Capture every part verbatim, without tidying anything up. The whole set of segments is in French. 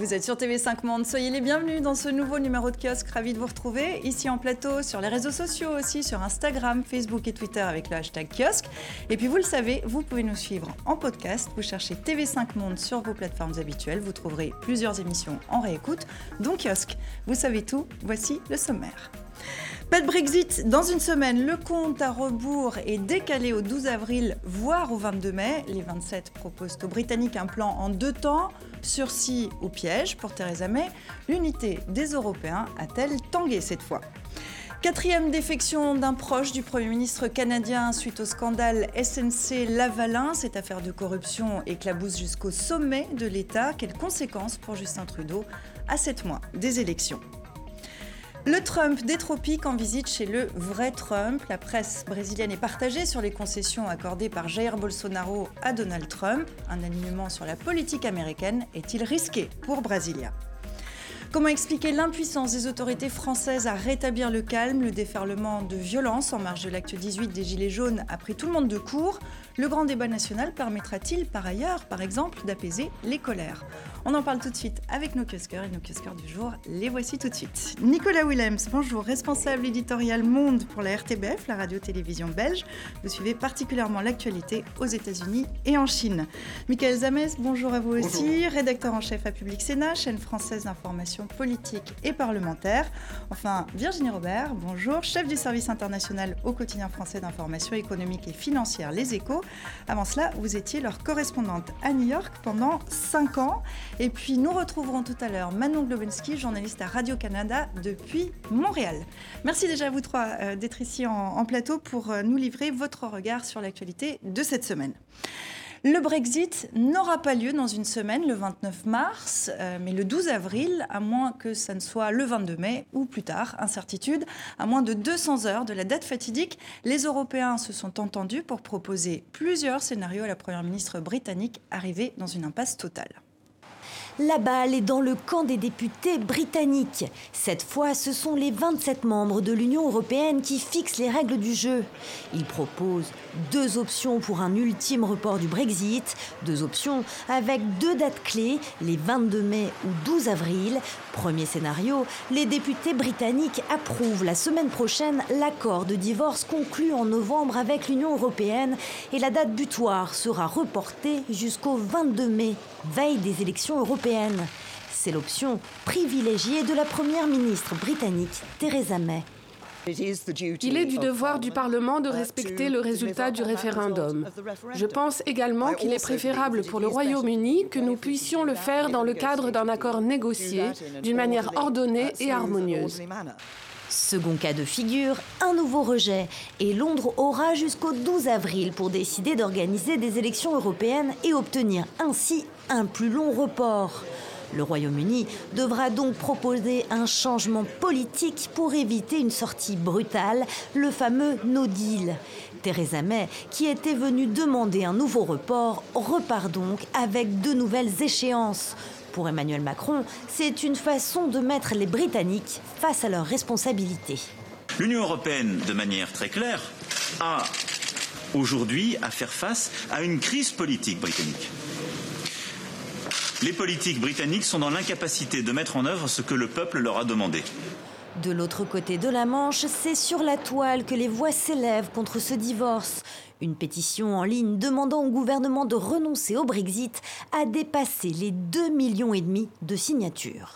Vous êtes sur T V cinq Monde, soyez les bienvenus dans ce nouveau numéro de Kiosque. Ravi de vous retrouver ici en plateau, sur les réseaux sociaux aussi, sur Instagram, Facebook et Twitter avec le hashtag Kiosque. Et puis vous le savez, vous pouvez nous suivre en podcast. Vous cherchez T V cinq Monde sur vos plateformes habituelles. Vous trouverez plusieurs émissions en réécoute, dont Kiosque. Vous savez tout, voici le sommaire. Pas de Brexit dans une semaine. Le compte à rebours est décalé au douze avril, voire au vingt-deux mai. Les vingt-sept proposent aux Britanniques un plan en deux temps. Sursis ou piège pour Theresa May. L'unité des Européens a-t-elle tangué cette fois ? Quatrième défection d'un proche du Premier ministre canadien suite au scandale S N C-Lavalin. Cette affaire de corruption éclabousse jusqu'au sommet de l'État. Quelles conséquences pour Justin Trudeau à sept mois des élections ? Le Trump des tropiques en visite chez le vrai Trump. La presse brésilienne est partagée sur les concessions accordées par Jair Bolsonaro à Donald Trump. Un alignement sur la politique américaine est-il risqué pour Brasilia ? Comment expliquer l'impuissance des autorités françaises à rétablir le calme ? Le déferlement de violence en marge de l'acte dix-huit des Gilets jaunes a pris tout le monde de court. Le grand débat national permettra-t-il par ailleurs, par exemple, d'apaiser les colères ? On en parle tout de suite avec nos kiosqueurs et nos kiosqueurs du jour. Les voici tout de suite. Nicolas Willems, bonjour, responsable éditorial Monde pour la R T B F, la radio-télévision belge. Vous suivez particulièrement l'actualité aux États-Unis et en Chine. Michael Zamès, bonjour à vous bonjour. aussi, rédacteur en chef à Public Sénat, chaîne française d'information politique et parlementaire. Enfin, Virginie Robert, bonjour, chef du service international au quotidien français d'information économique et financière Les Échos. Avant cela, vous étiez leur correspondante à New York pendant cinq ans. Et puis, nous retrouverons tout à l'heure Manon Globensky, journaliste à Radio-Canada depuis Montréal. Merci déjà à vous trois euh, d'être ici en, en plateau pour euh, nous livrer votre regard sur l'actualité de cette semaine. Le Brexit n'aura pas lieu dans une semaine, le vingt-neuf mars, euh, mais le douze avril, à moins que ça ne soit le vingt-deux mai ou plus tard. Incertitude, à moins de deux cents heures de la date fatidique, les Européens se sont entendus pour proposer plusieurs scénarios à la Première ministre britannique, arrivée dans une impasse totale. La balle est dans le camp des députés britanniques. Cette fois, ce sont les vingt-sept membres de l'Union européenne qui fixent les règles du jeu. Ils proposent deux options pour un ultime report du Brexit. Deux options avec deux dates clés, les vingt-deux mai ou douze avril. Premier scénario, les députés britanniques approuvent la semaine prochaine l'accord de divorce conclu en novembre avec l'Union européenne et la date butoir sera reportée jusqu'au vingt-deux mai, veille des élections européennes. C'est l'option privilégiée de la première ministre britannique, Theresa May. Il est du devoir du Parlement de respecter le résultat du référendum. Je pense également qu'il est préférable pour le Royaume-Uni que nous puissions le faire dans le cadre d'un accord négocié, d'une manière ordonnée et harmonieuse. Second cas de figure, un nouveau rejet. Et Londres aura jusqu'au douze avril pour décider d'organiser des élections européennes et obtenir ainsi un plus long report. Le Royaume-Uni devra donc proposer un changement politique pour éviter une sortie brutale, le fameux no deal. Theresa May, qui était venue demander un nouveau report, repart donc avec de nouvelles échéances. Pour Emmanuel Macron, c'est une façon de mettre les Britanniques face à leurs responsabilités. L'Union européenne, de manière très claire, a aujourd'hui à faire face à une crise politique britannique. Les politiques britanniques sont dans l'incapacité de mettre en œuvre ce que le peuple leur a demandé. De l'autre côté de la Manche, c'est sur la toile que les voix s'élèvent contre ce divorce. Une pétition en ligne demandant au gouvernement de renoncer au Brexit a dépassé les deux millions et demi de signatures.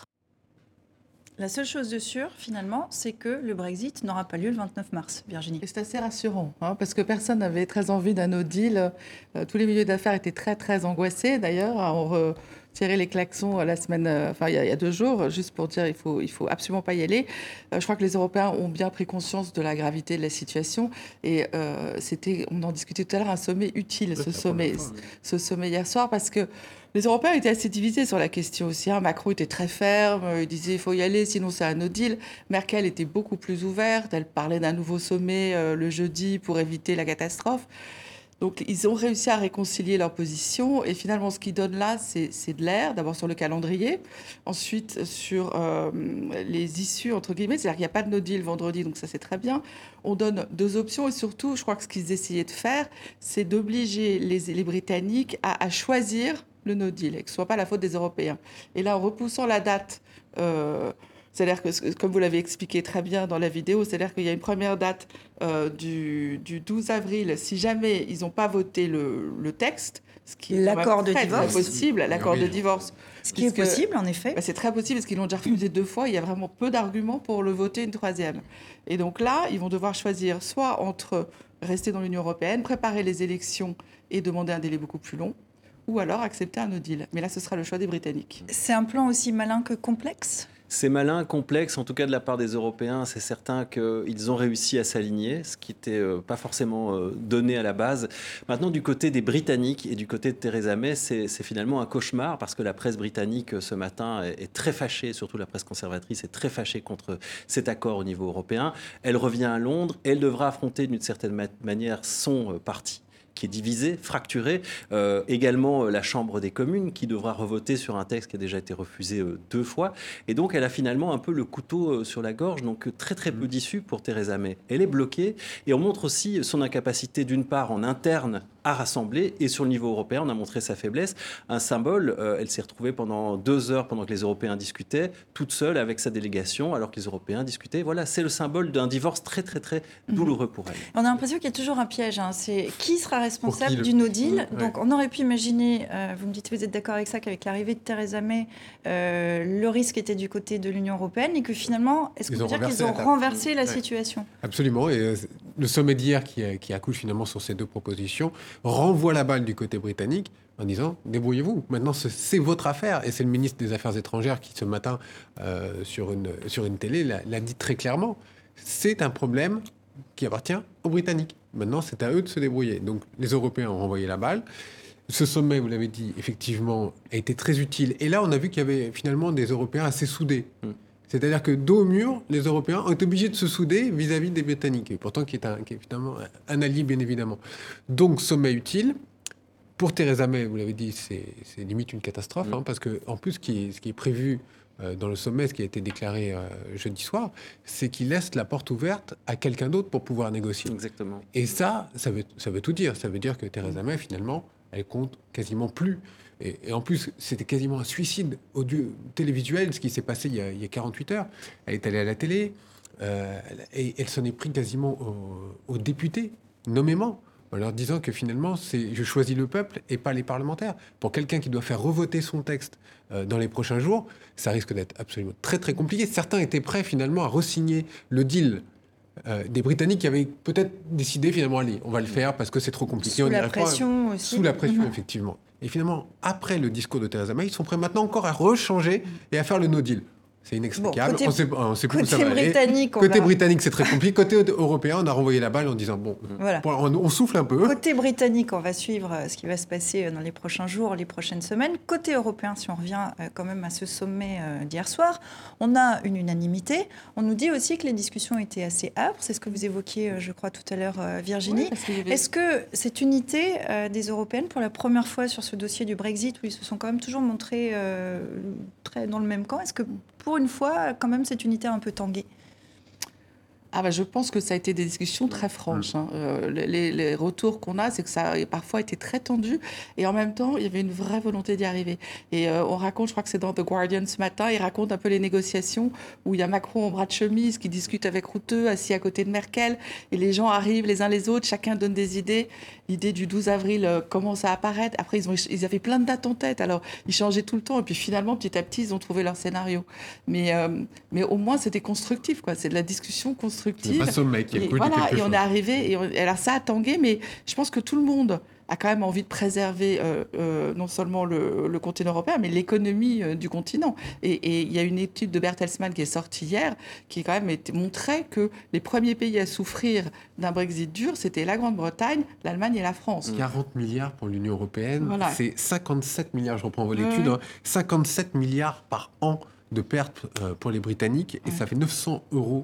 La seule chose de sûre, finalement, c'est que le Brexit n'aura pas lieu le vingt-neuf mars, Virginie. Et c'est assez rassurant, hein, parce que personne n'avait très envie d'un no deal. Euh, tous les milieux d'affaires étaient très, très angoissés, d'ailleurs. On retirait les klaxons la semaine, euh, enfin, il y, a, il y a deux jours, juste pour dire qu'il ne faut, il faut absolument pas y aller. Euh, je crois que les Européens ont bien pris conscience de la gravité de la situation. Et euh, c'était, on en discutait tout à l'heure, un sommet utile, ce sommet, fois, oui. ce sommet hier soir, parce que les Européens étaient assez divisés sur la question aussi. Hein. Macron était très ferme, il disait il faut y aller, sinon c'est un no deal. Merkel était beaucoup plus ouverte, elle parlait d'un nouveau sommet euh, le jeudi pour éviter la catastrophe. Donc ils ont réussi à réconcilier leurs positions et finalement ce qu'ils donnent là, c'est, c'est de l'air, d'abord sur le calendrier, ensuite sur euh, les issues entre guillemets, c'est-à-dire qu'il n'y a pas de no deal vendredi, donc ça c'est très bien. On donne deux options et surtout, je crois que ce qu'ils essayaient de faire, c'est d'obliger les, les Britanniques à, à choisir le no deal et que ce ne soit pas la faute des Européens. Et là, en repoussant la date, euh, c'est-à-dire que, comme vous l'avez expliqué très bien dans la vidéo, c'est-à-dire qu'il y a une première date euh, du, du douze avril, si jamais ils n'ont pas voté le, le texte, ce qui est l'accord de très, divorce. très possible, l'accord oui. de divorce. Ce qui puisque, est possible, en effet. Bah, c'est très possible, parce qu'ils l'ont déjà refusé deux fois, il y a vraiment peu d'arguments pour le voter une troisième. Et donc là, ils vont devoir choisir soit entre rester dans l'Union européenne, préparer les élections et demander un délai beaucoup plus long, ou alors accepter un no deal. Mais là, ce sera le choix des Britanniques. C'est un plan aussi malin que complexe ? C'est malin, complexe, en tout cas de la part des Européens. C'est certain qu'ils ont réussi à s'aligner, ce qui n'était pas forcément donné à la base. Maintenant, du côté des Britanniques et du côté de Theresa May, c'est, c'est finalement un cauchemar parce que la presse britannique ce matin est, est très fâchée, surtout la presse conservatrice est très fâchée contre cet accord au niveau européen. Elle revient à Londres, elle devra affronter d'une certaine ma- manière son parti, qui est divisé, fracturé. Euh, également euh, la Chambre des communes qui devra revoter sur un texte qui a déjà été refusé euh, deux fois. Et donc elle a finalement un peu le couteau euh, sur la gorge, donc euh, très très peu d'issue pour Theresa May. Elle est bloquée et on montre aussi son incapacité d'une part en interne à rassembler et sur le niveau européen, on a montré sa faiblesse. Un symbole, euh, elle s'est retrouvée pendant deux heures pendant que les Européens discutaient, toute seule avec sa délégation alors que les Européens discutaient. Voilà, c'est le symbole d'un divorce très très très douloureux pour elle. On a l'impression qu'il y a toujours un piège. Hein. C'est qui sera responsable du no deal. Mmh, donc ouais. On aurait pu imaginer, euh, vous me dites vous êtes d'accord avec ça, qu'avec l'arrivée de Theresa May, euh, le risque était du côté de l'Union européenne et que finalement, est-ce qu'on peut dire qu'ils ont renversé la ouais. situation ? Absolument. Et euh, le sommet d'hier qui, qui accouche finalement sur ces deux propositions renvoie la balle du côté britannique en disant débrouillez-vous. Maintenant, c'est, c'est votre affaire. Et c'est le ministre des Affaires étrangères qui, ce matin, euh, sur, une, sur une télé, l'a, l'a dit très clairement. C'est un problème qui appartient aux Britanniques. Maintenant, c'est à eux de se débrouiller. Donc, les Européens ont renvoyé la balle. Ce sommet, vous l'avez dit, effectivement, a été très utile. Et là, on a vu qu'il y avait finalement des Européens assez soudés. Mmh. C'est-à-dire que dos au mur, les Européens ont été obligés de se souder vis-à-vis des Britanniques, et pourtant qui est, un, qui est finalement un allié, bien évidemment. Donc, sommet utile. Pour Theresa May, vous l'avez dit, c'est, c'est limite une catastrophe, mmh. hein, parce qu'en plus, ce qui est, ce qui est prévu euh, dans le sommet, ce qui a été déclaré euh, jeudi soir, c'est qu'il laisse la porte ouverte à quelqu'un d'autre pour pouvoir négocier. Exactement. Et ça, ça veut, ça veut tout dire. Ça veut dire que Theresa May, finalement, elle compte quasiment plus. Et, et en plus, c'était quasiment un suicide audio, télévisuel, ce qui s'est passé il y a, il y a quarante-huit heures. Elle est allée à la télé euh, et elle s'en est pris quasiment aux, aux députés, nommément, en leur disant que finalement, c'est, je choisis le peuple et pas les parlementaires. Pour quelqu'un qui doit faire revoter son texte euh, dans les prochains jours, ça risque d'être absolument très très compliqué. Certains étaient prêts finalement à re-signer le deal Euh, des Britanniques qui avaient peut-être décidé finalement, allez, on va le faire parce que c'est trop compliqué. Sous on la pression aussi. Sous la pression, mmh. effectivement. Et finalement, après le discours de Theresa May, ils sont prêts maintenant encore à rechanger et à faire le no deal. C'est inexplicable. Bon, côté, on sait, on sait plus où ça va britannique, aller. Côté va... britannique, c'est très compliqué. Côté européen, on a renvoyé la balle en disant bon, voilà. on, on souffle un peu. Côté britannique, on va suivre ce qui va se passer dans les prochains jours, les prochaines semaines. Côté européen, si on revient quand même à ce sommet d'hier soir, on a une unanimité. On nous dit aussi que les discussions étaient assez âpres. C'est ce que vous évoquiez, je crois, tout à l'heure, Virginie. Oui, avait... Est-ce que cette unité des Européennes, pour la première fois sur ce dossier du Brexit, où ils se sont quand même toujours montrés euh, très dans le même camp, est-ce que pour une fois, quand même, cette unité a un peu tangué? Ah bah je pense que ça a été des discussions très franches. Hein. Euh, les, les retours qu'on a, c'est que ça a parfois été très tendu. Et en même temps, il y avait une vraie volonté d'y arriver. Et euh, on raconte, je crois que c'est dans The Guardian ce matin, il raconte un peu les négociations où il y a Macron en bras de chemise qui discute avec Rutte, assis à côté de Merkel. Et les gens arrivent les uns les autres, chacun donne des idées. L'idée du douze avril euh, commence à apparaître. Après, ils, ont, ils avaient plein de dates en tête. Alors, ils changeaient tout le temps. Et puis finalement, petit à petit, ils ont trouvé leur scénario. Mais, euh, mais au moins, c'était constructif, quoi. C'est de la discussion constructive. C'est pas sommet qui a et, voilà, et on est arrivé, et on, alors ça a tangué, mais je pense que tout le monde a quand même envie de préserver euh, euh, non seulement le, le continent européen, mais l'économie euh, du continent. Et il y a une étude de Bertelsmann qui est sortie hier, qui quand même été, montrait que les premiers pays à souffrir d'un Brexit dur, c'était la Grande-Bretagne, l'Allemagne et la France. quarante milliards pour l'Union européenne, voilà. C'est cinquante-sept milliards, je reprends vos études, ouais. hein, cinquante-sept milliards par an de pertes euh, pour les Britanniques, et ouais. ça fait neuf cents euros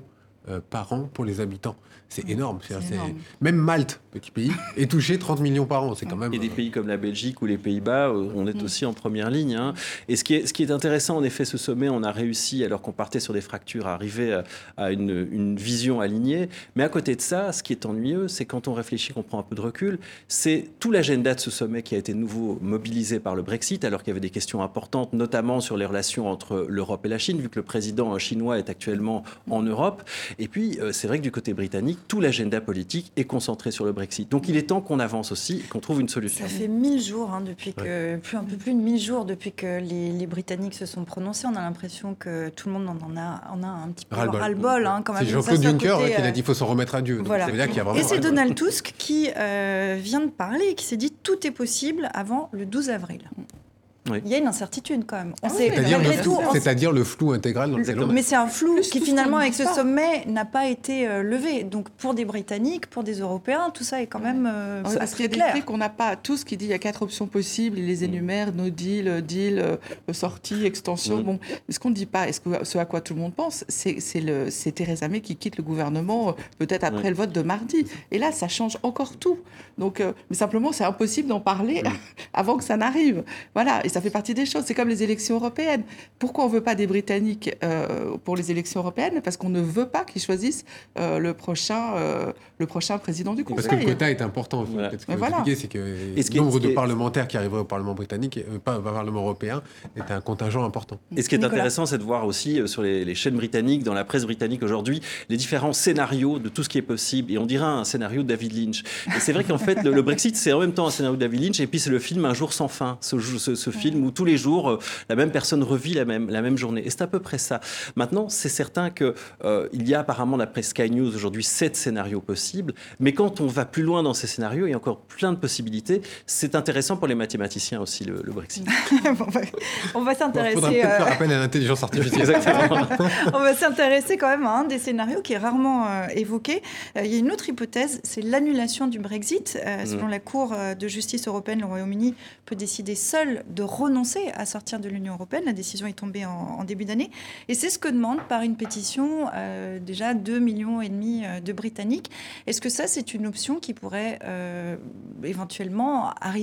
euh, par an pour les habitants. C'est énorme. C'est C'est c'est... énorme. Même Malte, petit pays, est touché trente millions par an. C'est quand même... Et des pays comme la Belgique ou les Pays-Bas, on est aussi en première ligne. Hein. Et ce qui, est, ce qui est intéressant, en effet, ce sommet, on a réussi, alors qu'on partait sur des fractures, à arriver à, à une, une vision alignée. Mais à côté de ça, ce qui est ennuyeux, c'est quand on réfléchit, qu'on prend un peu de recul, c'est tout l'agenda de ce sommet qui a été de nouveau mobilisé par le Brexit, alors qu'il y avait des questions importantes, notamment sur les relations entre l'Europe et la Chine, vu que le président chinois est actuellement en Europe. Et puis, c'est vrai que du côté britannique, tout l'agenda politique est concentré sur le Brexit. Donc il est temps qu'on avance aussi et qu'on trouve une solution. Ça fait mille jours, hein, depuis que, plus, un peu plus de mille jours depuis que les, les Britanniques se sont prononcés. On a l'impression que tout le monde en a, en a un petit peu Ras-le-bol. ras-le-bol. Hein, quand même. C'est Jean-Claude Juncker côté, qui euh... a dit qu'il faut s'en remettre à Dieu. Donc Voilà. ça veut dire qu'il y a vraiment Et c'est ras-le-bol. Donald Tusk qui euh, vient de parler et qui s'est dit tout est possible avant le douze avril. Oui. Il y a une incertitude quand même. On Ah sait, oui, C'est-à-dire, malgré le, tout, on- c'est-à-dire le flou intégral dans le Exactement. mais c'est un flou Plus qui tout ce finalement qu'on avec dit ce pas. sommet n'a pas été euh, levé. Donc pour des Britanniques, pour des Européens, tout ça est quand même euh, Ouais, parce qu'il y a des clair. faits qu'on n'a pas tous, qui dit il y a quatre options possibles, il les énumère, no deal, deal, euh, sortie, extension. Mm. Bon, ce qu'on ne dit pas, et ce, que, ce à quoi tout le monde pense, c'est, c'est, le, c'est Theresa May qui quitte le gouvernement euh, peut-être après Mm. le vote de mardi. Et là, ça change encore tout. Donc, euh, mais simplement, c'est impossible d'en parler Mm. avant que ça n'arrive. Voilà, et ça fait partie des choses. C'est comme les élections européennes. Pourquoi on ne veut pas des Britanniques euh, pour les élections européennes ? Parce qu'on ne veut pas qu'ils choisissent euh, le, prochain, euh, le prochain président du Parce Conseil. que le quota est important. Voilà. Peut-être Mais qu'il faut voilà. expliquer, c'est que Et ce qui le est- nombre ce qui de est- parlementaires qui arriveraient au Parlement britannique, euh, pas au Parlement européen, est un contingent important. Et ce qui est Nicolas. intéressant, c'est de voir aussi euh, sur les, les chaînes britanniques, dans la presse britannique aujourd'hui, les différents scénarios de tout ce qui est possible. Et on dirait un scénario de David Lynch. Et c'est vrai qu'en fait, le, le Brexit, c'est en même temps un scénario de David Lynch, et puis c'est le film Un jour sans fin, ce, ce, ce film où tous les jours, euh, la même personne revit la même, la même journée. Et c'est à peu près ça. Maintenant, c'est certain qu'il euh, y a apparemment, d'après Sky News, aujourd'hui, sept scénarios possibles. Mais quand on va plus loin dans ces scénarios, il y a encore plein de possibilités. C'est intéressant pour les mathématiciens aussi, le, le Brexit. Bon, bah, on va Il faudra s'intéresser. peut-être euh, faire appel à l'intelligence artificielle. Exactement. On va s'intéresser quand même à un des scénarios qui est rarement euh, évoqué. Euh, il y a une autre hypothèse, c'est l'annulation du Brexit. Euh, selon Mm. la Cour euh, de justice européenne, le Royaume-Uni peut décider seul de renoncer à sortir de l'Union européenne. La décision est tombée en, en début d'année. Et c'est ce que demande par une pétition euh, déjà deux millions et demi euh, de Britanniques. Est-ce que ça, c'est une option qui pourrait euh, éventuellement arriver ?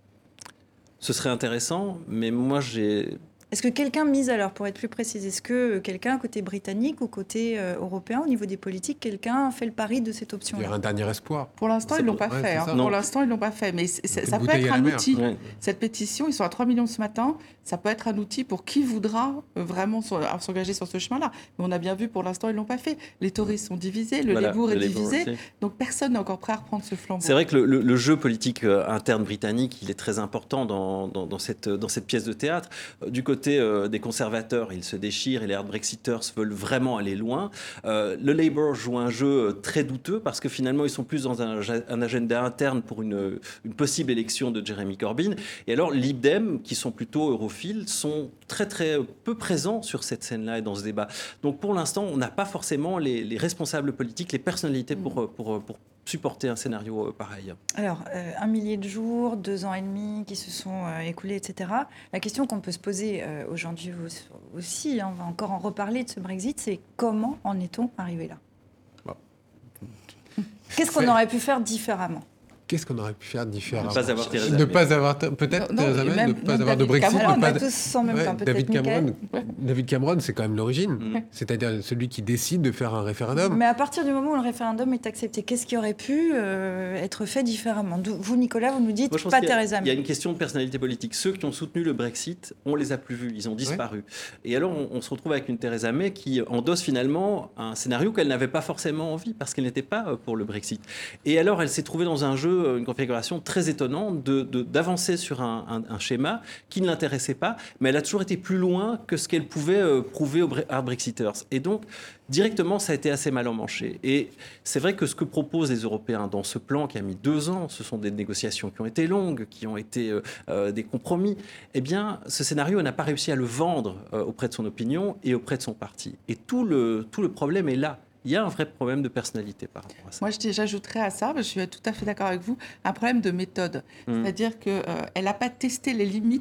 Ce serait intéressant, mais moi, j'ai... Est-ce que quelqu'un mise alors, pour être plus précis, est-ce que quelqu'un côté britannique ou côté euh, européen, au niveau des politiques, quelqu'un fait le pari de cette Il y option-là ? aura un dernier espoir. Pour l'instant, Ça ils ne l'ont peut- pas ouais, fait. c'est hein. ça. Non. Pour l'instant, ils ne l'ont pas fait. Mais c'est- c'est- Une ça peut bouteille être à la un mer. outil. Ouais. Cette pétition, ils sont à trois millions ce matin. Ça peut être un outil pour qui voudra euh, vraiment s'en- s'engager sur ce chemin-là. Mais on a bien vu, pour l'instant, ils ne l'ont pas fait. Les touristes sont divisés, le Voilà, Labour est le Labour divisé. aussi. Donc personne n'est encore prêt à reprendre ce flambeau. C'est vrai que le, le- le jeu politique euh, interne britannique, il est très important dans, dans, dans cette, dans cette pièce de théâtre. Euh, Du côté euh, des conservateurs, ils se déchirent et les hard Brexiters veulent vraiment aller loin. Euh, le Labour joue un jeu euh, très douteux parce que finalement, ils sont plus dans un, un agenda interne pour une, une possible élection de Jeremy Corbyn. Et alors, Lib Dem, qui sont plutôt europhiles, sont très très peu présents sur cette scène-là et dans ce débat. Donc pour l'instant, on n'a pas forcément les, les responsables politiques, les personnalités pour, pour, pour supporter un scénario euh, pareil. Alors, euh, un millier de jours, deux ans et demi qui se sont euh, écoulés, et cetera. La question qu'on peut se poser euh, aujourd'hui au- aussi, hein, on va encore en reparler de ce Brexit, c'est comment en est-on arrivé là ? Bon. Qu'est-ce qu'on C'est- aurait pu faire différemment ? Qu'est-ce qu'on aurait pu faire différemment Ne pas avoir Theresa Ne May. pas avoir, peut-être, Non, non, Theresa May, même- ne pas même avoir de David Brexit. Cameron, Alors, ne on pas... va tous en même Ouais, temps, peut-être David Cameron, Mickaël. David Cameron, c'est quand même l'origine. Mm. C'est-à-dire celui qui décide de faire un référendum. Mais à partir du moment où le référendum est accepté, qu'est-ce qui aurait pu euh, être fait différemment ? D'où- Vous, Nicolas, vous nous dites Moi, je pense pas qu'il y a- Theresa Il y a May. une question de personnalité politique. Ceux qui ont soutenu le Brexit, on les a plus vus, ils ont disparu. Et alors, on, on se retrouve avec une Theresa May qui endosse finalement un scénario qu'elle n'avait pas forcément envie parce qu'elle n'était pas euh, pour le Brexit. Et alors, elle s'est trouvée dans un jeu, euh, une configuration très étonnante de, de- d'avancer sur un, un- un schéma qui ne l'intéressait pas, mais elle a toujours été plus loin que ce qu'elle pouvait euh, prouver aux Bre- hard Brexiters. Et donc, directement, ça a été assez mal emmanché. Et c'est vrai que ce que proposent les Européens dans ce plan qui a mis deux ans, ce sont des négociations qui ont été longues, qui ont été euh, euh, des compromis. Eh bien, ce scénario, elle n'a pas réussi à le vendre euh, auprès de son opinion et auprès de son parti. Et tout le, tout le problème est là. Il y a un vrai problème de personnalité par rapport à ça. Moi, je dis- j'ajouterais à ça, je suis tout à fait d'accord avec vous, un problème de méthode. Mm. C'est-à-dire qu'elle n'a pas testé les limites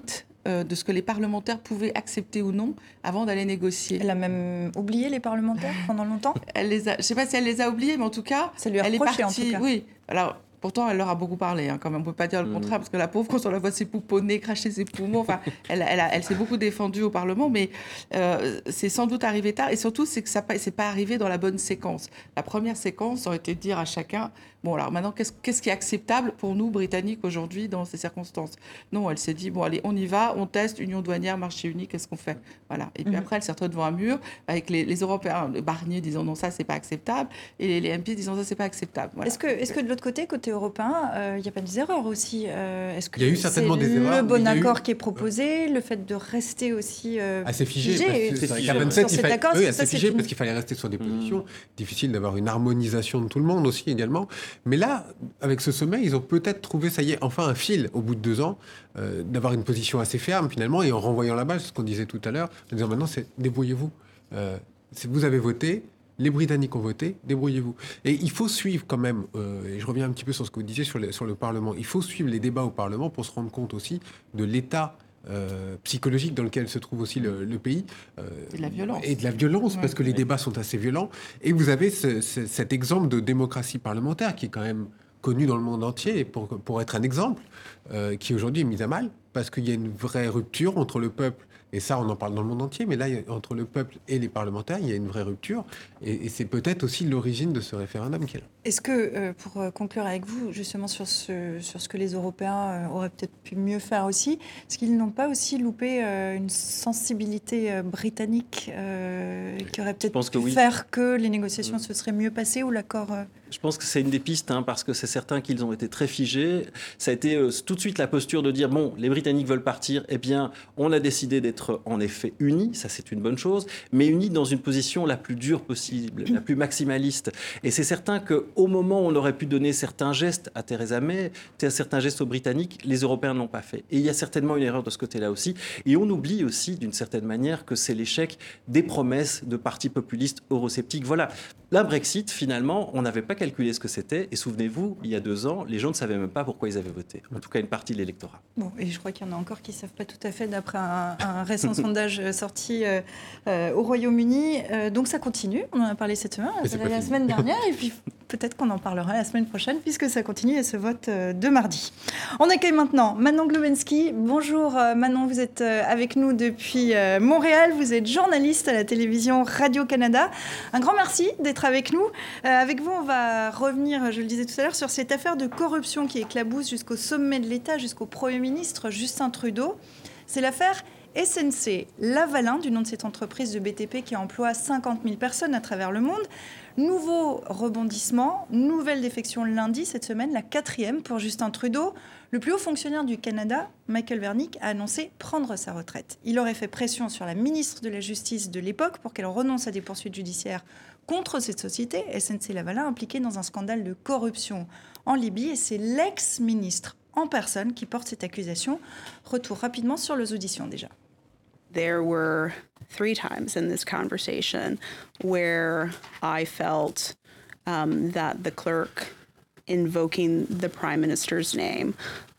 euh, de ce que les parlementaires pouvaient accepter ou non avant d'aller négocier. Elle a même oublié les parlementaires pendant longtemps. Elle les a, je ne sais pas si elle les a oubliés, mais en tout cas, ça lui a elle est reproché, partie. En tout cas. Oui, alors. Pourtant, elle leur a beaucoup parlé, hein, quand même. On ne peut pas dire le mmh. contraire, parce que la pauvre, quand on la voit s'épouponner, cracher ses poumons, enfin, elle, elle, a, elle s'est beaucoup défendue au Parlement, mais euh, c'est sans doute arrivé tard. Et surtout, c'est que ça n'est pas arrivé dans la bonne séquence. La première séquence aurait été de dire à chacun, bon, alors maintenant, qu'est-ce, qu'est-ce qui est acceptable pour nous, Britanniques, aujourd'hui, dans ces circonstances ? Non, elle s'est dit, bon, allez, on y va, on teste, union douanière, marché unique, qu'est-ce qu'on fait ? Voilà. Et puis mmh. après, elle s'est retrouvée devant un mur, avec les, les Européens, le Barnier disant, non, ça, c'est pas acceptable, et les M P disant, ça, c'est pas acceptable. Voilà. Est-ce que, est-ce que de l'autre côté, côté européen, il euh, n'y a pas des erreurs aussi euh, Est-ce que il y a eu certainement c'est des erreurs. Le bon accord eu... qui est proposé, le fait de rester aussi euh, assez figé. figé, c'est figé. Sur vingt-sept, il fallait... accord, oui, assez figé parce qu'il fallait rester sur des positions. Mmh. Difficile d'avoir une harmonisation de tout le monde aussi également. Mais là, avec ce sommet, ils ont peut-être trouvé, ça y est, enfin un fil au bout de deux ans, euh, d'avoir une position assez ferme finalement, et en renvoyant la balle, ce qu'on disait tout à l'heure, en disant maintenant, c'est débrouillez-vous. Euh, vous avez voté. Les Britanniques ont voté, débrouillez-vous. Et il faut suivre quand même, euh, et je reviens un petit peu sur ce que vous disiez sur le, sur le Parlement, il faut suivre les débats au Parlement pour se rendre compte aussi de l'état euh, psychologique dans lequel se trouve aussi le, le pays. Euh, et de la violence. Et de la violence, ouais, parce que ouais. les débats sont assez violents. Et vous avez ce, ce, cet exemple de démocratie parlementaire qui est quand même connu dans le monde entier pour, pour être un exemple, euh, qui aujourd'hui est mis à mal, parce qu'il y a une vraie rupture entre le peuple. Et ça, on en parle dans le monde entier, mais là, entre le peuple et les parlementaires, il y a une vraie rupture. Et, et c'est peut-être aussi l'origine de ce référendum qui est là. Est-ce que, euh, pour conclure avec vous, justement sur ce, sur ce que les Européens euh, auraient peut-être pu mieux faire aussi, est-ce qu'ils n'ont pas aussi loupé euh, une sensibilité euh, britannique euh, qui aurait peut-être pu oui. faire que les négociations mmh. se seraient mieux passées ou l'accord euh... Je pense que c'est une des pistes, hein, parce que c'est certain qu'ils ont été très figés. Ça a été euh, tout de suite la posture de dire, bon, les Britanniques veulent partir, eh bien, on a décidé d'être en effet unis, ça c'est une bonne chose, mais unis dans une position la plus dure possible, la plus maximaliste. Et c'est certain qu'au moment où on aurait pu donner certains gestes à Theresa May, certains gestes aux Britanniques, les Européens ne l'ont pas fait. Et il y a certainement une erreur de ce côté-là aussi. Et on oublie aussi, d'une certaine manière, que c'est l'échec des promesses de partis populistes eurosceptiques. Voilà. La Brexit, finalement, on n'avait pas calculé ce que c'était. Et souvenez-vous, il y a deux ans, les gens ne savaient même pas pourquoi ils avaient voté. En tout cas, une partie de l'électorat. Bon, et je crois qu'il y en a encore qui ne savent pas tout à fait, d'après un, un récent sondage sorti euh, euh, au Royaume-Uni. Euh, donc ça continue. On en a parlé cette semaine, la, la semaine dernière. Et puis peut-être qu'on en parlera la semaine prochaine, puisque ça continue et ce vote euh, de mardi. On accueille maintenant Manon Glowensky. Bonjour euh, Manon, vous êtes euh, avec nous depuis euh, Montréal. Vous êtes journaliste à la télévision Radio-Canada. Un grand merci d'être avec nous. Euh, avec vous, on va revenir, je le disais tout à l'heure, sur cette affaire de corruption qui éclabousse jusqu'au sommet de l'État, jusqu'au Premier ministre Justin Trudeau. C'est l'affaire S N C-Lavalin, du nom de cette entreprise de B T P qui emploie cinquante mille personnes à travers le monde. Nouveau rebondissement, nouvelle défection lundi, cette semaine, la quatrième pour Justin Trudeau. Le plus haut fonctionnaire du Canada, Michael Wernick, a annoncé prendre sa retraite. Il aurait fait pression sur la ministre de la Justice de l'époque pour qu'elle renonce à des poursuites judiciaires contre cette société, S N C-Lavalin, impliquée dans un scandale de corruption en Libye. Et c'est l'ex-ministre en personne qui porte cette accusation. Retour rapidement sur les auditions déjà. There were three times in this conversation where I felt um, that the clerk invoking the Prime Minister's name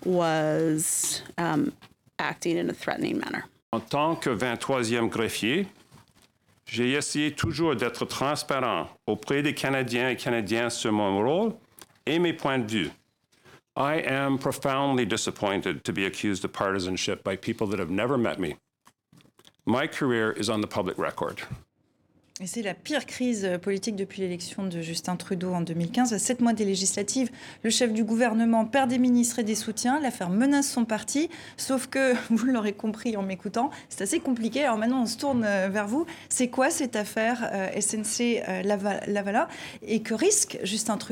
was um, acting in a threatening manner. En tant que vingt-troisième greffier, j'ai essayé toujours d'être transparent auprès des Canadiens et Canadiennes sur mon rôle et mes points de vue. I am profoundly disappointed to be accused of partisanship by people that have never met me. My career is on the public record. Et c'est la pire crise politique depuis l'élection de Justin Trudeau en deux mille quinze. À sept mois des législatives, le chef du gouvernement perd des ministres et des soutiens. L'affaire menace son parti. Sauf que, vous l'aurez compris en m'écoutant, c'est assez compliqué. Alors maintenant, on se tourne vers vous. C'est quoi cette affaire euh, S N C-Lavalin et que risque Justin Trudeau ?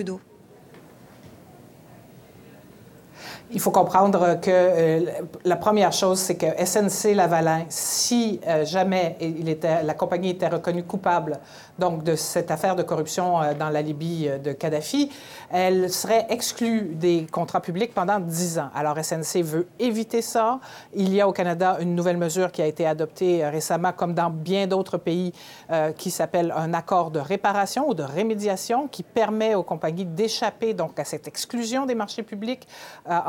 Il faut comprendre que euh, la première chose, c'est que S N C-Lavalin, si euh, jamais il était, la compagnie était reconnue coupable donc, de cette affaire de corruption euh, dans la Libye euh, de Kadhafi, elle serait exclue des contrats publics pendant dix ans. Alors S N C veut éviter ça. Il y a au Canada une nouvelle mesure qui a été adoptée euh, récemment, comme dans bien d'autres pays, euh, qui s'appelle un accord de réparation ou de rémédiation qui permet aux compagnies d'échapper donc, à cette exclusion des marchés publics euh, en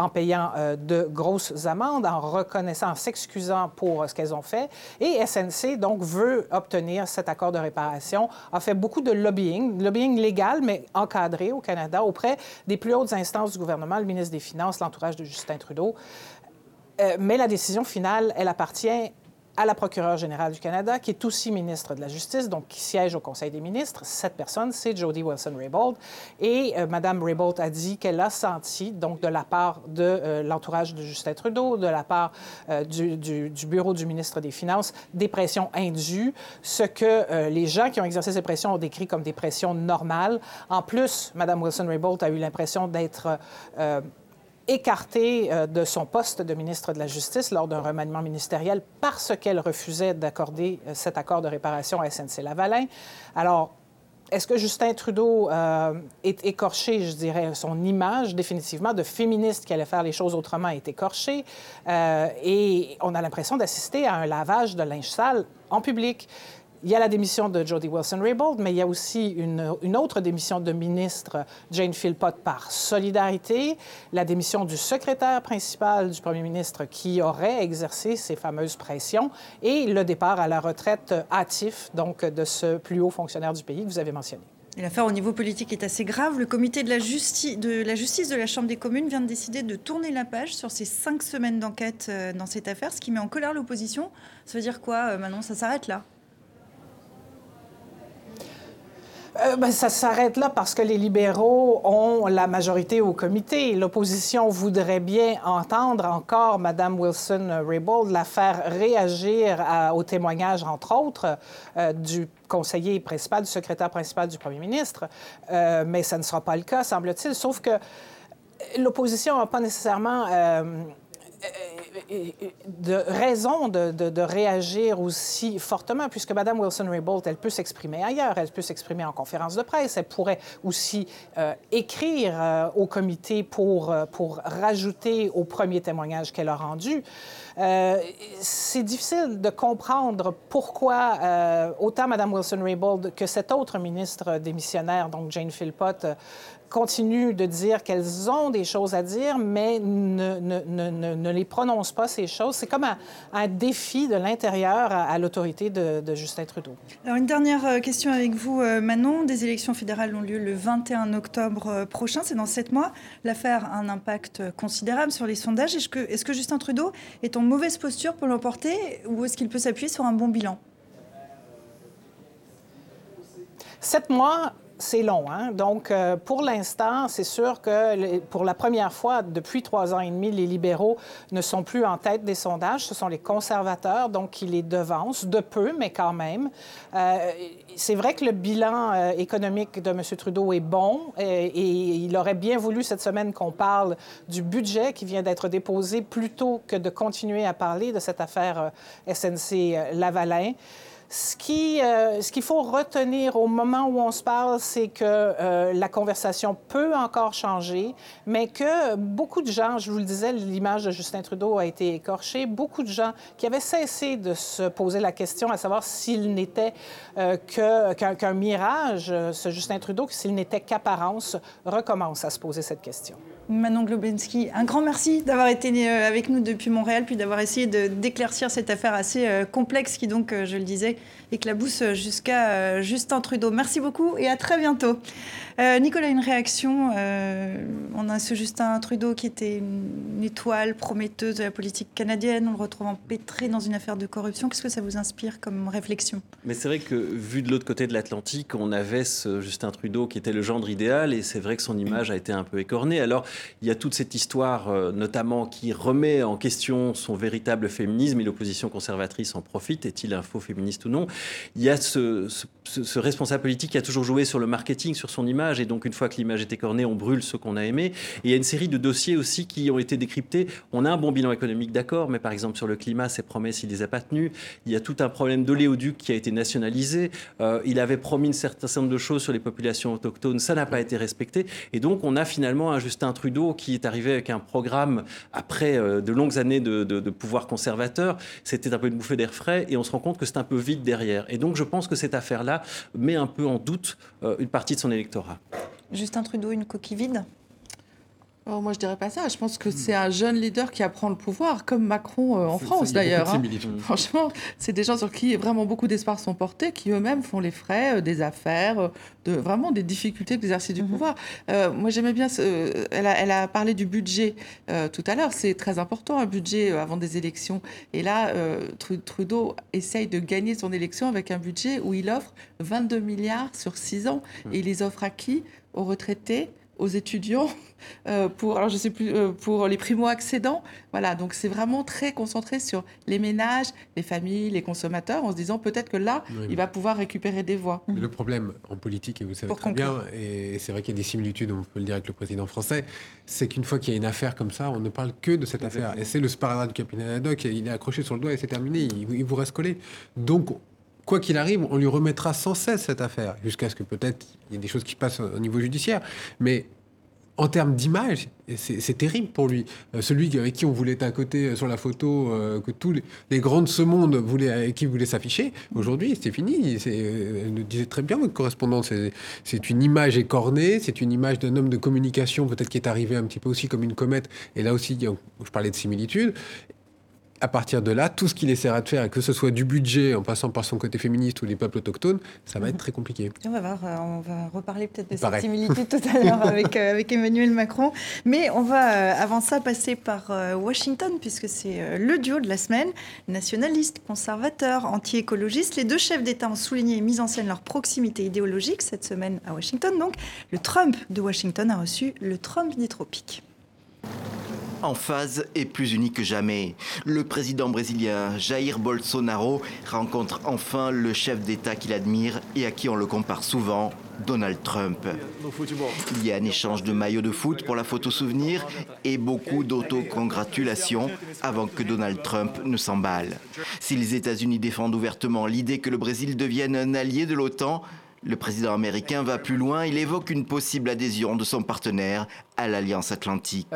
en payant euh, de grosses amendes, en reconnaissant, en s'excusant pour euh, ce qu'elles ont fait. Et S N C, donc, veut obtenir cet accord de réparation, a fait beaucoup de lobbying, lobbying légal, mais encadré au Canada, auprès des plus hautes instances du gouvernement, le ministre des Finances, l'entourage de Justin Trudeau. Euh, mais la décision finale, elle appartient à la procureure générale du Canada, qui est aussi ministre de la Justice, donc qui siège au Conseil des ministres. Cette personne, c'est Jody Wilson-Raybould. Et euh, Mme Raybould a dit qu'elle a senti, donc de la part de euh, l'entourage de Justin Trudeau, de la part euh, du, du, du bureau du ministre des Finances, des pressions indues, ce que euh, les gens qui ont exercé ces pressions ont décrit comme des pressions normales. En plus, Mme Wilson-Raybould a eu l'impression d'être euh, écartée de son poste de ministre de la Justice lors d'un remaniement ministériel parce qu'elle refusait d'accorder cet accord de réparation à S N C-Lavalin. Alors, est-ce que Justin Trudeau euh, est écorché, je dirais, son image définitivement de féministe qui allait faire les choses autrement est écorchée euh, et on a l'impression d'assister à un lavage de linge sale en public. Il y a la démission de Jody Wilson-Raybould, mais il y a aussi une, une autre démission de ministre, Jane Philpott, par solidarité, la démission du secrétaire principal du premier ministre qui aurait exercé ces fameuses pressions et le départ à la retraite hâtif, donc, de ce plus haut fonctionnaire du pays que vous avez mentionné. Et l'affaire au niveau politique est assez grave. Le comité de la, justi- de la justice de la Chambre des communes vient de décider de tourner la page sur ces cinq semaines d'enquête dans cette affaire, ce qui met en colère l'opposition. Ça veut dire quoi, Manon? Ça s'arrête là? Euh, ben, ça s'arrête là parce que les libéraux ont la majorité au comité. L'opposition voudrait bien entendre encore Mme Wilson-Raybould, la faire réagir à, aux témoignages, entre autres, euh, du conseiller principal, du secrétaire principal du premier ministre. Euh, mais ça ne sera pas le cas, semble-t-il, sauf que l'opposition n'a pas nécessairement... Euh, de raison de, de, de réagir aussi fortement, puisque Mme Wilson-Raybould, elle peut s'exprimer ailleurs, elle peut s'exprimer en conférence de presse, elle pourrait aussi euh, écrire euh, au comité pour, euh, pour rajouter au premier témoignage qu'elle a rendu. Euh, c'est difficile de comprendre pourquoi euh, autant Mme Wilson-Raybould que cet autre ministre démissionnaire, donc Jane Philpott, continuent de dire qu'elles ont des choses à dire, mais ne, ne, ne, ne les prononcent pas, ces choses. C'est comme un, un défi de l'intérieur à, à l'autorité de, de Justin Trudeau. Alors, une dernière question avec vous, Manon. Des élections fédérales ont lieu le vingt et un octobre prochain, c'est dans sept mois. L'affaire a un impact considérable sur les sondages. Est-ce que, est-ce que Justin Trudeau est en mauvaise posture pour l'emporter ou est-ce qu'il peut s'appuyer sur un bon bilan? Sept mois... C'est long, hein? Donc, euh, pour l'instant, c'est sûr que les, pour la première fois depuis trois ans et demi, les libéraux ne sont plus en tête des sondages. Ce sont les conservateurs, donc, qui les devancent, de peu, mais quand même. Euh, c'est vrai que le bilan euh, économique de M. Trudeau est bon et, et il aurait bien voulu cette semaine qu'on parle du budget qui vient d'être déposé plutôt que de continuer à parler de cette affaire euh, S N C-Lavalin. Ce qui, euh, ce qu'il faut retenir au moment où on se parle, c'est que euh, la conversation peut encore changer, mais que beaucoup de gens, je vous le disais, l'image de Justin Trudeau a été écorchée, beaucoup de gens qui avaient cessé de se poser la question à savoir s'il n'était euh, que, qu'un, qu'un mirage, ce Justin Trudeau, s'il n'était qu'apparence, recommencent à se poser cette question. Manon Globensky, un grand merci d'avoir été avec nous depuis Montréal, puis d'avoir essayé de, d'éclaircir cette affaire assez euh, complexe qui, donc, euh, je le disais, éclabousse jusqu'à euh, Justin Trudeau. Merci beaucoup et à très bientôt. Euh, Nicolas, une réaction. Euh, on a ce Justin Trudeau qui était une étoile prometteuse de la politique canadienne. On le retrouve empêtré dans une affaire de corruption. Qu'est-ce que ça vous inspire comme réflexion? Mais c'est vrai que, vu de l'autre côté de l'Atlantique, on avait ce Justin Trudeau qui était le gendre idéal et c'est vrai que son image a été un peu écornée. Alors, il y a toute cette histoire, euh, notamment, qui remet en question son véritable féminisme et l'opposition conservatrice en profite. Est-il un faux féministe ou non? Il y a ce, ce, ce responsable politique qui a toujours joué sur le marketing, sur son image. Et donc, une fois que l'image est écornée, on brûle ce qu'on a aimé. Et il y a une série de dossiers aussi qui ont été décryptés. On a un bon bilan économique, d'accord, mais par exemple, sur le climat, ses promesses, il ne les a pas tenues. Il y a tout un problème d'oléoduc qui a été nationalisé. Euh, il avait promis un certain nombre de choses sur les populations autochtones. Ça n'a pas été respecté. Et donc, on a finalement un Justin Trudeau qui est arrivé avec un programme après euh, de longues années de, de, de pouvoir conservateur. C'était un peu une bouffée d'air frais et on se rend compte que c'est un peu vide derrière. Et donc, je pense que cette affaire-là met un peu en doute euh, une partie de son électorat. Justin Trudeau, une coquille vide? Oh, moi, je dirais pas ça. Je pense que c'est un jeune leader qui apprend le pouvoir, comme Macron euh, en France d'ailleurs. Hein. Franchement, c'est des gens sur qui vraiment beaucoup d'espoir sont portés, qui eux-mêmes font les frais euh, des affaires, euh, de vraiment des difficultés d'exercice du mm-hmm. pouvoir. Euh, moi, j'aimais bien. Euh, elle, a, elle a parlé du budget euh, tout à l'heure. C'est très important un budget euh, avant des élections. Et là, euh, Trudeau essaye de gagner son élection avec un budget où il offre vingt-deux milliards sur six ans. Mm. Et il les offre à qui? Aux retraités, aux étudiants, euh, pour, alors je sais plus, euh, pour les primo-accédants. Voilà, donc c'est vraiment très concentré sur les ménages, les familles, les consommateurs, en se disant peut-être que là, oui, il va pouvoir récupérer des voix. Mais le problème en politique, et vous le savez pour très conclure. bien, et c'est vrai qu'il y a des similitudes, on peut le dire avec le président français, c'est qu'une fois qu'il y a une affaire comme ça, on ne parle que de cette Exactement. affaire. Et c'est le sparadrap du capitaine Haddock, il est accroché sur le doigt et c'est terminé, il, il vous reste collé. Donc, quoi qu'il arrive, on lui remettra sans cesse cette affaire, jusqu'à ce que peut-être il y ait des choses qui passent au niveau judiciaire. Mais en termes d'image, c'est, c'est terrible pour lui. Euh, celui avec qui on voulait être à côté sur la photo, euh, que tous les, les grands de ce monde voulaient, avec qui voulaient s'afficher, aujourd'hui, c'est fini. C'est, elle le disait très bien, votre correspondante. C'est, c'est une image écornée, c'est une image d'un homme de communication, peut-être qui est arrivé un petit peu aussi comme une comète. Et là aussi, je parlais de similitude. À partir de là, tout ce qu'il essaiera de faire, que ce soit du budget, en passant par son côté féministe ou les peuples autochtones, ça va mmh. être très compliqué. On va voir, on va reparler peut-être de cette similitude tout à l'heure avec, euh, avec Emmanuel Macron. Mais on va, euh, avant ça, passer par euh, Washington, puisque c'est euh, le duo de la semaine. Nationalistes, conservateurs, anti-écologistes, les deux chefs d'État ont souligné et mis en scène leur proximité idéologique cette semaine à Washington. Donc, le Trump de Washington a reçu le Trump des tropiques. En phase et plus uni que jamais. Le président brésilien Jair Bolsonaro rencontre enfin le chef d'État qu'il admire et à qui on le compare souvent, Donald Trump. Il y a un échange de maillots de foot pour la photo souvenir et beaucoup d'autocongratulations avant que Donald Trump ne s'emballe. Si les États-Unis défendent ouvertement l'idée que le Brésil devienne un allié de l'OTAN, le président américain va plus loin, il évoque une possible adhésion de son partenaire à l'Alliance Atlantique.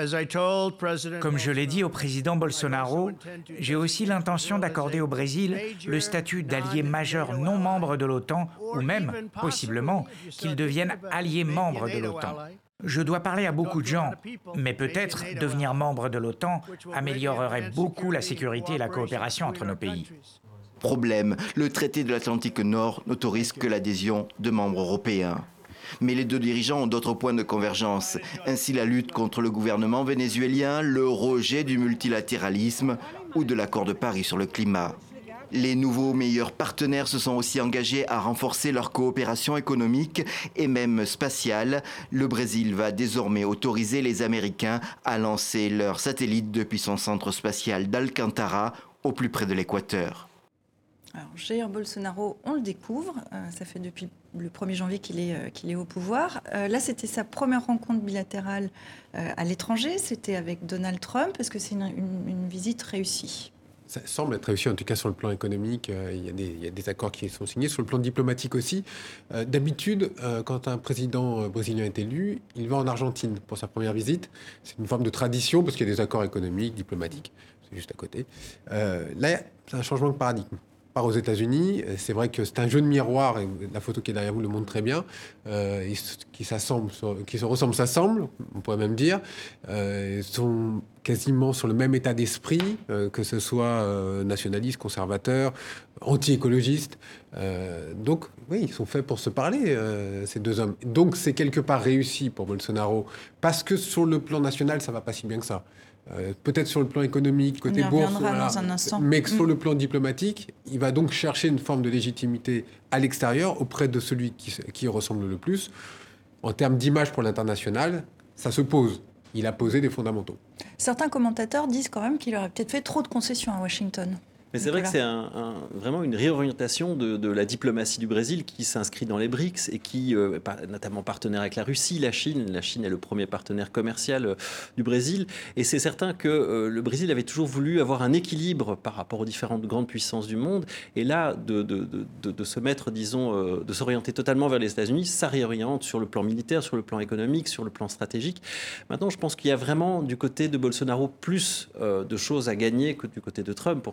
Comme je l'ai dit au président Bolsonaro, j'ai aussi l'intention d'accorder au Brésil le statut d'allié majeur non membre de l'OTAN, ou même, possiblement, qu'il devienne allié membre de l'OTAN. Je dois parler à beaucoup de gens, mais peut-être devenir membre de l'OTAN améliorerait beaucoup la sécurité et la coopération entre nos pays. Problème, le traité de l'Atlantique Nord n'autorise que l'adhésion de membres européens. Mais les deux dirigeants ont d'autres points de convergence. Ainsi la lutte contre le gouvernement vénézuélien, le rejet du multilatéralisme ou de l'accord de Paris sur le climat. Les nouveaux meilleurs partenaires se sont aussi engagés à renforcer leur coopération économique et même spatiale. Le Brésil va désormais autoriser les Américains à lancer leurs satellites depuis son centre spatial d'Alcantara, au plus près de l'équateur. Alors, Jair Bolsonaro, on le découvre, euh, ça fait depuis le premier janvier qu'il est, euh, qu'il est au pouvoir. Euh, là, c'était sa première rencontre bilatérale euh, à l'étranger, c'était avec Donald Trump. Est-ce que c'est une, une, une visite réussie ? Ça semble être réussi, en tout cas sur le plan économique. Euh, il, y a des, il y a des accords qui sont signés. Sur le plan diplomatique aussi, euh, d'habitude, euh, quand un président brésilien est élu, il va en Argentine pour sa première visite. C'est une forme de tradition parce qu'il y a des accords économiques, diplomatiques, c'est juste à côté. Euh, là, c'est un changement de paradigme. Part aux États-Unis, c'est vrai que c'est un jeu de miroir, et la photo qui est derrière vous le montre très bien, euh, qui, qui se ressemblent, s'assemblent, on pourrait même dire. Euh, ils sont quasiment sur le même état d'esprit, euh, que ce soit euh, nationalistes, conservateurs, anti-écologistes. Euh, donc, oui, ils sont faits pour se parler, euh, ces deux hommes. Donc, c'est quelque part réussi pour Bolsonaro, parce que sur le plan national, ça ne va pas si bien que ça. Euh, peut-être sur le plan économique, côté bourse, voilà. dans un instant. Mais sur mmh. le plan diplomatique, il va donc chercher une forme de légitimité à l'extérieur auprès de celui qui, qui ressemble le plus. En termes d'image pour l'international, ça se pose. Il a posé des fondamentaux. Certains commentateurs disent quand même qu'il aurait peut-être fait trop de concessions à Washington. Mais c'est vrai que c'est un, un, vraiment une réorientation de, de la diplomatie du Brésil qui s'inscrit dans les BRICS et qui, euh, notamment partenaire avec la Russie, la Chine. La Chine est le premier partenaire commercial euh, du Brésil. Et c'est certain que euh, le Brésil avait toujours voulu avoir un équilibre par rapport aux différentes grandes puissances du monde. Et là, de, de, de, de se mettre, disons, euh, de s'orienter totalement vers les États-Unis, ça réoriente sur le plan militaire, sur le plan économique, sur le plan stratégique. Maintenant, je pense qu'il y a vraiment du côté de Bolsonaro plus euh, de choses à gagner que du côté de Trump. Pour Trump, voilà,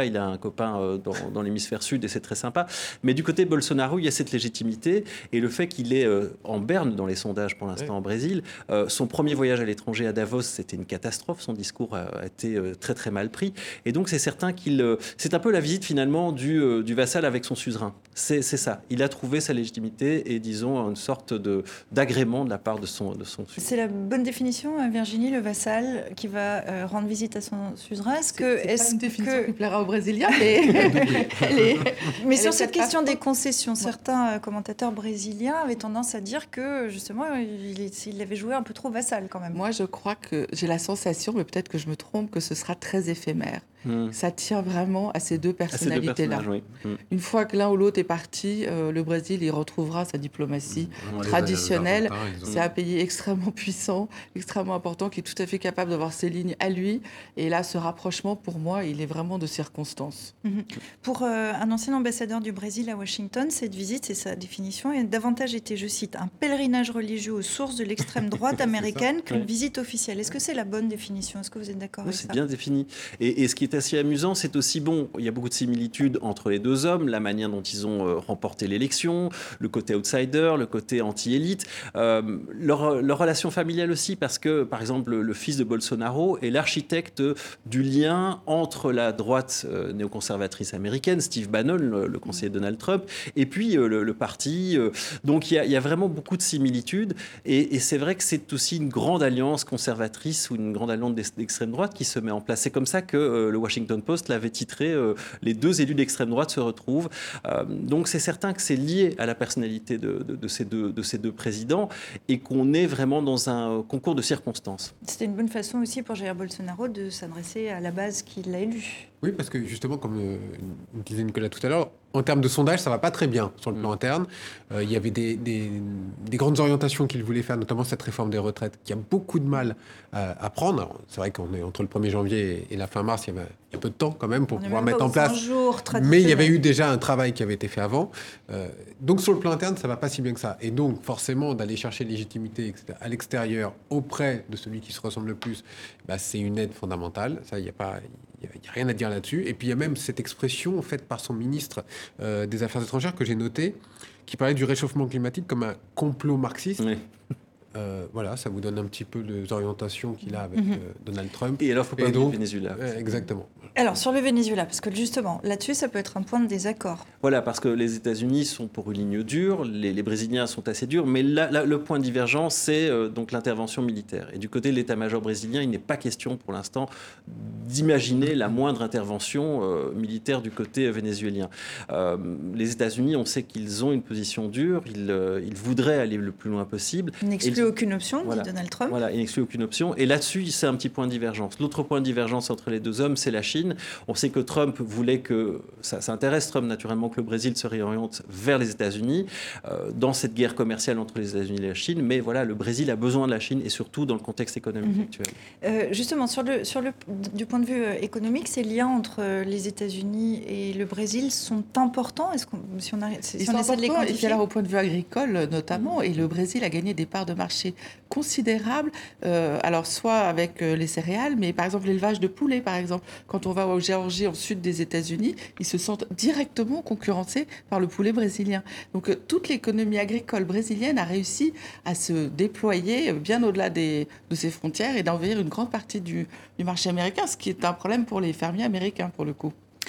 Lula, il a un copain euh, dans, dans l'hémisphère sud et c'est très sympa. Mais du côté Bolsonaro, il y a cette légitimité et le fait qu'il est euh, en berne dans les sondages pour l'instant oui. en Brésil. Euh, son premier voyage à l'étranger à Davos, c'était une catastrophe. Son discours a, a été euh, très très mal pris. Et donc c'est certain qu'il, euh, c'est un peu la visite finalement du, euh, du vassal avec son suzerain. C'est, c'est ça. Il a trouvé sa légitimité et disons une sorte de, d'agrément de la part de son, de son suzerain. C'est la bonne définition, Virginie, le vassal qui va euh, rendre visite à son suzerain. Est-ce que, c'est, c'est est-ce pas une définition que... qui plaira aux Brésiliens, mais elle est... Mais elle sur est cette question pas... des concessions, ouais. certains commentateurs brésiliens avaient tendance à dire que justement il, il avait joué un peu trop vassal quand même. Moi, je crois que j'ai la sensation, mais peut-être que je me trompe, que ce sera très éphémère. Mmh. Ça tient vraiment à ces deux personnalités-là. Oui. Mmh. Une fois que l'un ou l'autre est parti, euh, le Brésil il retrouvera sa diplomatie mmh. traditionnelle. C'est un pays extrêmement puissant, extrêmement important, qui est tout à fait capable d'avoir ses lignes à lui. Et là, ce rapprochement, pour moi, il est vraiment de circonstance. Mmh. Pour euh, un ancien ambassadeur du Brésil à Washington, cette visite, c'est sa définition, a davantage été, je cite, un pèlerinage religieux aux sources de l'extrême droite américaine qu'une ouais. visite officielle. Est-ce que c'est la bonne définition ? Est-ce que vous êtes d'accord oui, avec c'est ça ? C'est bien défini. Et, et ce qui est assez amusant, c'est aussi, bon, il y a beaucoup de similitudes entre les deux hommes, la manière dont ils ont euh, remporté l'élection, le côté outsider, le côté anti-élite, euh, leur, leur relation familiale aussi, parce que, par exemple, le, le fils de Bolsonaro est l'architecte du lien entre la droite euh, néoconservatrice américaine, Steve Bannon, le, le conseiller de Donald Trump, et puis euh, le, le parti. Euh, donc il y, y a vraiment beaucoup de similitudes, et, et c'est vrai que c'est aussi une grande alliance conservatrice ou une grande alliance d'extrême droite qui se met en place. C'est comme ça que euh, le Washington Post l'avait titré euh, « Les deux élus d'extrême droite se retrouvent euh, ». Donc c'est certain que c'est lié à la personnalité de, de, de, ces deux, de ces deux présidents et qu'on est vraiment dans un concours de circonstances. C'était une bonne façon aussi pour Jair Bolsonaro de s'adresser à la base qui l'a élu. Oui, parce que justement, comme euh, disait Nicolas tout à l'heure, en termes de sondage, ça ne va pas très bien sur le plan interne. Euh, il y avait des, des, des grandes orientations qu'il voulait faire, notamment cette réforme des retraites, qui a beaucoup de mal à, à prendre. Alors, c'est vrai qu'on est entre le premier janvier et la fin mars, il y, avait, il y a peu de temps quand même pour On pouvoir mettre en place. Jours, mais il y avait eu déjà un travail qui avait été fait avant. Euh, donc sur le plan interne, ça ne va pas si bien que ça. Et donc forcément, d'aller chercher légitimité et cetera, à l'extérieur, auprès de celui qui se ressemble le plus, bah, c'est une aide fondamentale. Ça, il n'y a pas... Il n'y a rien à dire là-dessus. Et puis il y a même cette expression faite par son ministre euh, des Affaires étrangères que j'ai notée, qui parlait du réchauffement climatique comme un complot marxiste. Oui. Euh, voilà, ça vous donne un petit peu les orientations qu'il a avec mm-hmm. euh, Donald Trump. Et alors, il ne faut pas oublier le Venezuela. Euh, exactement. Alors, sur le Venezuela, parce que justement, là-dessus, ça peut être un point de désaccord. Voilà, parce que les États-Unis sont pour une ligne dure, les, les Brésiliens sont assez durs, mais là, là, le point de divergence, c'est euh, donc l'intervention militaire. Et du côté de l'état-major brésilien, il n'est pas question pour l'instant d'imaginer la moindre intervention euh, militaire du côté vénézuélien. Euh, les États-Unis, on sait qu'ils ont une position dure, ils, euh, ils voudraient aller le plus loin possible. N'exclut aucune option, voilà, dit Donald Trump. Voilà, il n'exclut aucune option. Et là-dessus, c'est un petit point de divergence. L'autre point de divergence entre les deux hommes, c'est la Chine. On sait que Trump voulait que, ça, ça intéresse Trump naturellement, que le Brésil se réoriente vers les États-Unis euh, dans cette guerre commerciale entre les États-Unis et la Chine. Mais voilà, le Brésil a besoin de la Chine et surtout dans le contexte économique mm-hmm. actuel. Euh, justement, sur le, sur le, du point de vue économique, ces liens entre les États-Unis et le Brésil sont importants. Est-ce qu'on, si on, arrive, si Ils on sont essaie de les quantifier. Et puis alors, au point de vue agricole notamment, mm-hmm. et le Brésil a gagné des parts de marché considérables. Euh, alors soit avec euh, les céréales, mais par exemple l'élevage de poulets, par exemple, quand on va au Géorgie, au sud des États-Unis, ils se sentent directement concurrencés par le poulet brésilien. Donc euh, toute l'économie agricole brésilienne a réussi à se déployer bien au-delà des, de ses frontières et d'envahir une grande partie du, du marché américain, ce qui est un problème pour les fermiers américains pour le coup.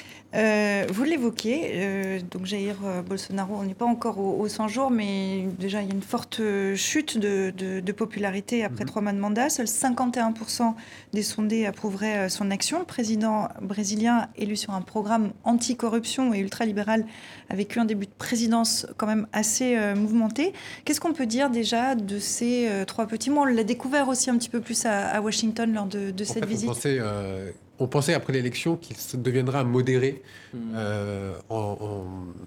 Euh, vous l'évoquiez, euh, donc Jair Bolsonaro, on n'est pas encore aux, aux cent jours, mais déjà il y a une forte chute de, de, de popularité après mmh. trois mois de mandat. Seuls cinquante et un pour cent des sondés approuveraient son action. Le président brésilien, élu sur un programme anti-corruption et ultralibéral, a vécu un début de présidence quand même assez euh, mouvementé. Qu'est-ce qu'on peut dire déjà de ces euh, trois petits mois ? On l'a découvert aussi un petit peu plus à, à Washington lors de, de cette en fait, visite. On pensait, euh... On pensait après l'élection qu'il deviendra modéré mmh. euh, en, en,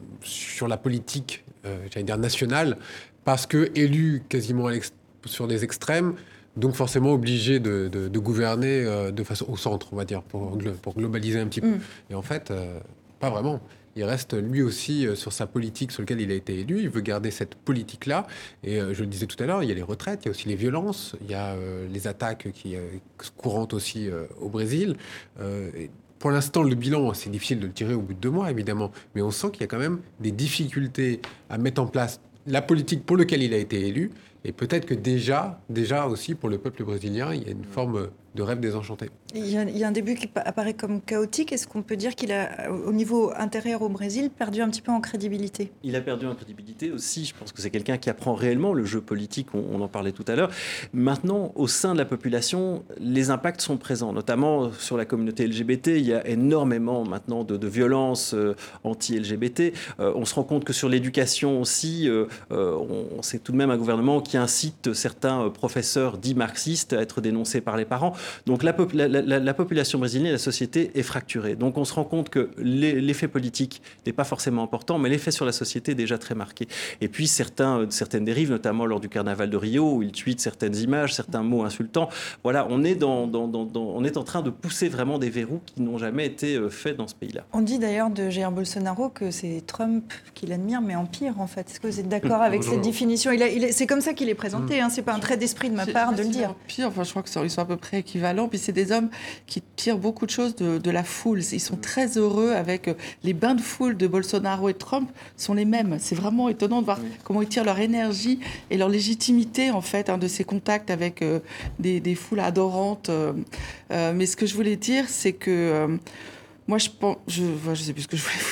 sur la politique, euh, j'allais dire nationale, parce que élu quasiment à sur des extrêmes, donc forcément obligé de, de, de gouverner euh, de façon au centre, on va dire, pour, pour globaliser un petit peu. Mmh. Et en fait, euh, pas vraiment. Il reste lui aussi euh, sur sa politique sur laquelle il a été élu. Il veut garder cette politique-là. Et euh, je le disais tout à l'heure, il y a les retraites, il y a aussi les violences, il y a euh, les attaques qui, euh, courantes aussi euh, au Brésil. Euh, pour l'instant, le bilan, c'est difficile de le tirer au bout de deux mois, évidemment, mais on sent qu'il y a quand même des difficultés à mettre en place la politique pour laquelle il a été élu, et peut-être que déjà, déjà aussi, pour le peuple brésilien, il y a une forme de rêve désenchanté. Il y, a, il y a un début qui apparaît comme chaotique. Est-ce qu'on peut dire qu'il a, au niveau intérieur au Brésil, perdu un petit peu en crédibilité ? Il a perdu en crédibilité aussi. Je pense que c'est quelqu'un qui apprend réellement le jeu politique. On, on en parlait tout à l'heure. Maintenant, au sein de la population, les impacts sont présents, notamment sur la communauté L G B T. Il y a énormément maintenant de, de violences euh, anti-L G B T. Euh, on se rend compte que sur l'éducation aussi, euh, euh, on, c'est tout de même un gouvernement qui incite certains professeurs dits marxistes à être dénoncés par les parents. Donc la, la, la, la population brésilienne, la société est fracturée. Donc on se rend compte que l'effet politique n'est pas forcément important, mais l'effet sur la société est déjà très marqué. Et puis certains, certaines dérives, notamment lors du carnaval de Rio, où il tweet certaines images, certains mots insultants. Voilà, on est, dans, dans, dans, dans, on est en train de pousser vraiment des verrous qui n'ont jamais été faits dans ce pays-là. On dit d'ailleurs de Jair Bolsonaro que c'est Trump qu'il admire, mais en pire en fait. Est-ce que vous êtes d'accord avec cette définition ? il a, il est, C'est comme ça qu'il est présenté, hein. C'est pas un trait d'esprit de ma part de le dire. Pire, enfin, je crois qu'ils sont à peu près équivalents. Puis c'est des hommes qui tirent beaucoup de choses de, de la foule. Ils sont très heureux avec les bains de foule de Bolsonaro et Trump sont les mêmes. C'est vraiment étonnant de voir oui. comment ils tirent leur énergie et leur légitimité en fait hein, de ces contacts avec euh, des, des foules adorantes. Euh, euh, mais ce que je voulais dire, c'est que euh, moi je pense, je, je sais plus ce que je voulais vous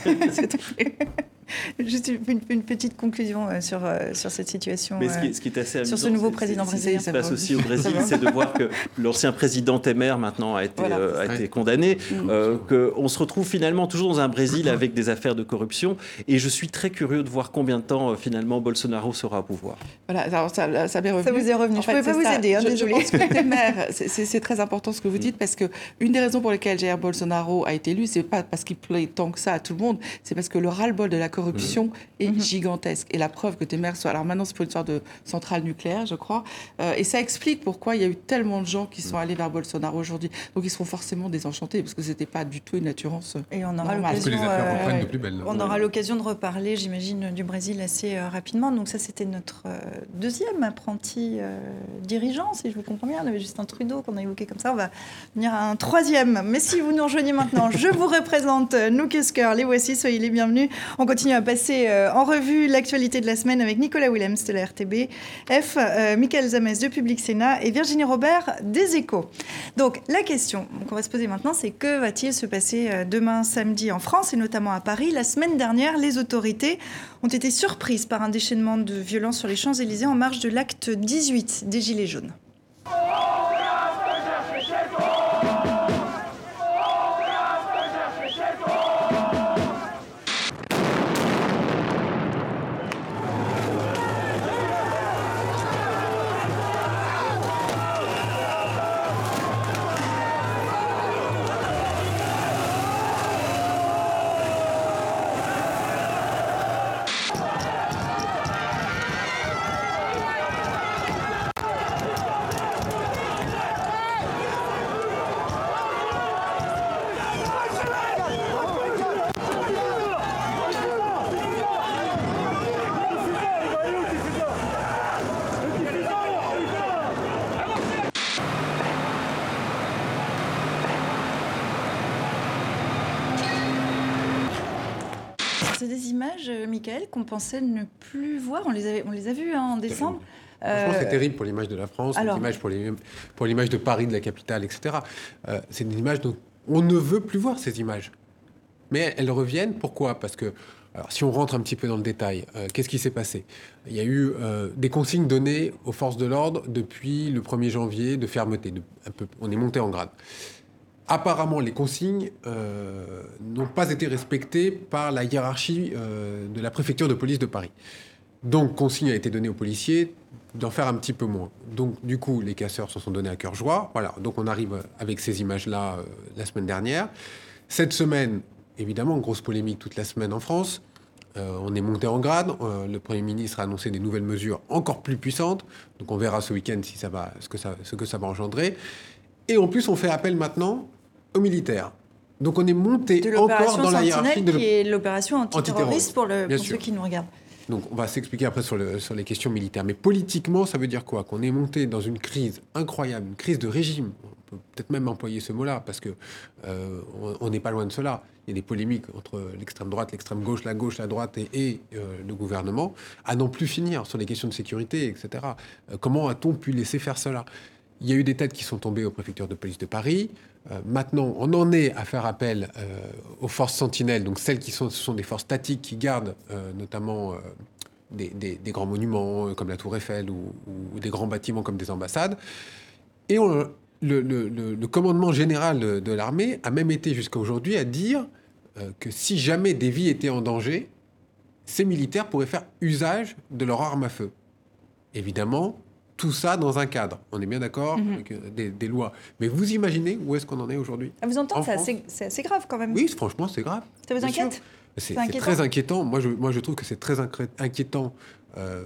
dire. Juste une, une petite conclusion euh, sur, euh, sur cette situation, Mais ce qui, ce qui est assez amusant, sur ce nouveau président brésilien. Ce qui se passe aussi au Brésil, c'est de voir que l'ancien président Temer maintenant a été, voilà, euh, a ouais. été condamné, euh, qu'on se retrouve finalement toujours dans un Brésil avec des affaires de corruption. Et je suis très curieux de voir combien de temps euh, finalement Bolsonaro sera au pouvoir. Voilà, alors ça, ça m'est revenu. Ça vous est revenu. En je ne pouvais pas ça. vous aider, hein, je, désolé. Je pense que Temer, c'est, c'est, c'est très important ce que vous dites, parce qu'une des raisons pour lesquelles Jair Bolsonaro a été élu, c'est pas parce qu'il plaît tant que ça à tout le monde, c'est parce que le ras-le-bol de la corruption mmh. est mmh. gigantesque. Et la preuve que Temer soit... Alors maintenant, c'est pour une sorte de centrale nucléaire, je crois. Euh, et ça explique pourquoi il y a eu tellement de gens qui sont allés vers Bolsonaro aujourd'hui. Donc ils seront forcément désenchantés, parce que ce n'était pas du tout une assurance Et on aura normale. l'occasion, euh, de plus belle, on aura l'occasion de reparler, j'imagine, du Brésil assez euh, rapidement. Donc ça, c'était notre euh, deuxième apprenti euh, dirigeant, si je vous comprends bien. On avait Justin Trudeau qu'on a évoqué comme ça. On va venir à un troisième. Mais si vous nous rejoignez maintenant, je vous représente nous Kesker, les voici, soyez les bienvenus. On continue à passer euh, en revue l'actualité de la semaine avec Nicolas Willems de la R T B F, euh, Michael Zamès de Public Sénat et Virginie Robert des Échos. Donc la question qu'on va se poser maintenant, c'est que va-t-il se passer euh, demain samedi en France et notamment à Paris ? La semaine dernière, les autorités ont été surprises par un déchaînement de violence sur les Champs-Élysées en marge de l'acte dix-huit des Gilets jaunes. C'est des images, Michael, qu'on pensait ne plus voir. On les, avait, on les a vues hein, en décembre. Franchement, euh... c'est terrible pour l'image de la France, Alors... l'image pour, les, pour l'image de Paris, de la capitale, et cetera. Euh, c'est une image dont on ne veut plus voir, ces images. Mais elles reviennent. Pourquoi ? Parce que, alors, si on rentre un petit peu dans le détail, euh, qu'est-ce qui s'est passé ? Il y a eu euh, des consignes données aux forces de l'ordre depuis le premier janvier de fermeté. De, un peu, on est monté en grade. Apparemment, les consignes euh, n'ont pas été respectées par la hiérarchie euh, de la préfecture de police de Paris. Donc, consigne a été donnée aux policiers d'en faire un petit peu moins. Donc, du coup, les casseurs se sont donnés à cœur joie. Voilà, donc on arrive avec ces images-là euh, la semaine dernière. Cette semaine, évidemment, grosse polémique toute la semaine en France. Euh, on est monté en grade. Euh, le Premier ministre a annoncé des nouvelles mesures encore plus puissantes. Donc, on verra ce week-end si ça va, ce que ça, ce que ça va engendrer. Et en plus, on fait appel maintenant aux militaires. Donc on est monté encore dans la hiérarchie de qui est l'opération antiterroriste pour, le, pour ceux qui nous regardent. Donc on va s'expliquer après sur, le, sur les questions militaires. Mais politiquement, ça veut dire quoi ? Qu'on est monté dans une crise incroyable, une crise de régime. peut peut-être même employer ce mot-là, parce que euh, on n'est pas loin de cela. Il y a des polémiques entre l'extrême droite, l'extrême gauche, la gauche, la droite et, et euh, le gouvernement, à n'en plus finir sur les questions de sécurité, et cetera. Euh, comment a-t-on pu laisser faire cela ? Il y a eu des têtes qui sont tombées aux préfectures de police de Paris. Euh, maintenant, on en est à faire appel euh, aux forces sentinelles, donc celles qui sont, ce sont des forces statiques qui gardent euh, notamment... Euh, Des, des, des grands monuments comme la Tour Eiffel ou, ou des grands bâtiments comme des ambassades. Et on, le, le, le, le commandement général de, de l'armée a même été jusqu'à aujourd'hui à dire euh, que si jamais des vies étaient en danger, ces militaires pourraient faire usage de leur arme à feu. Évidemment, tout ça dans un cadre. On est bien d'accord mm-hmm. avec euh, des, des lois. Mais vous imaginez où est-ce qu'on en est aujourd'hui ? À vous entendre, c'est assez, c'est assez grave quand même. Oui, franchement, c'est grave. Ça vous inquiète ? Sûr. C'est, c'est, c'est très inquiétant. Moi je, moi, je trouve que c'est très inquiétant euh,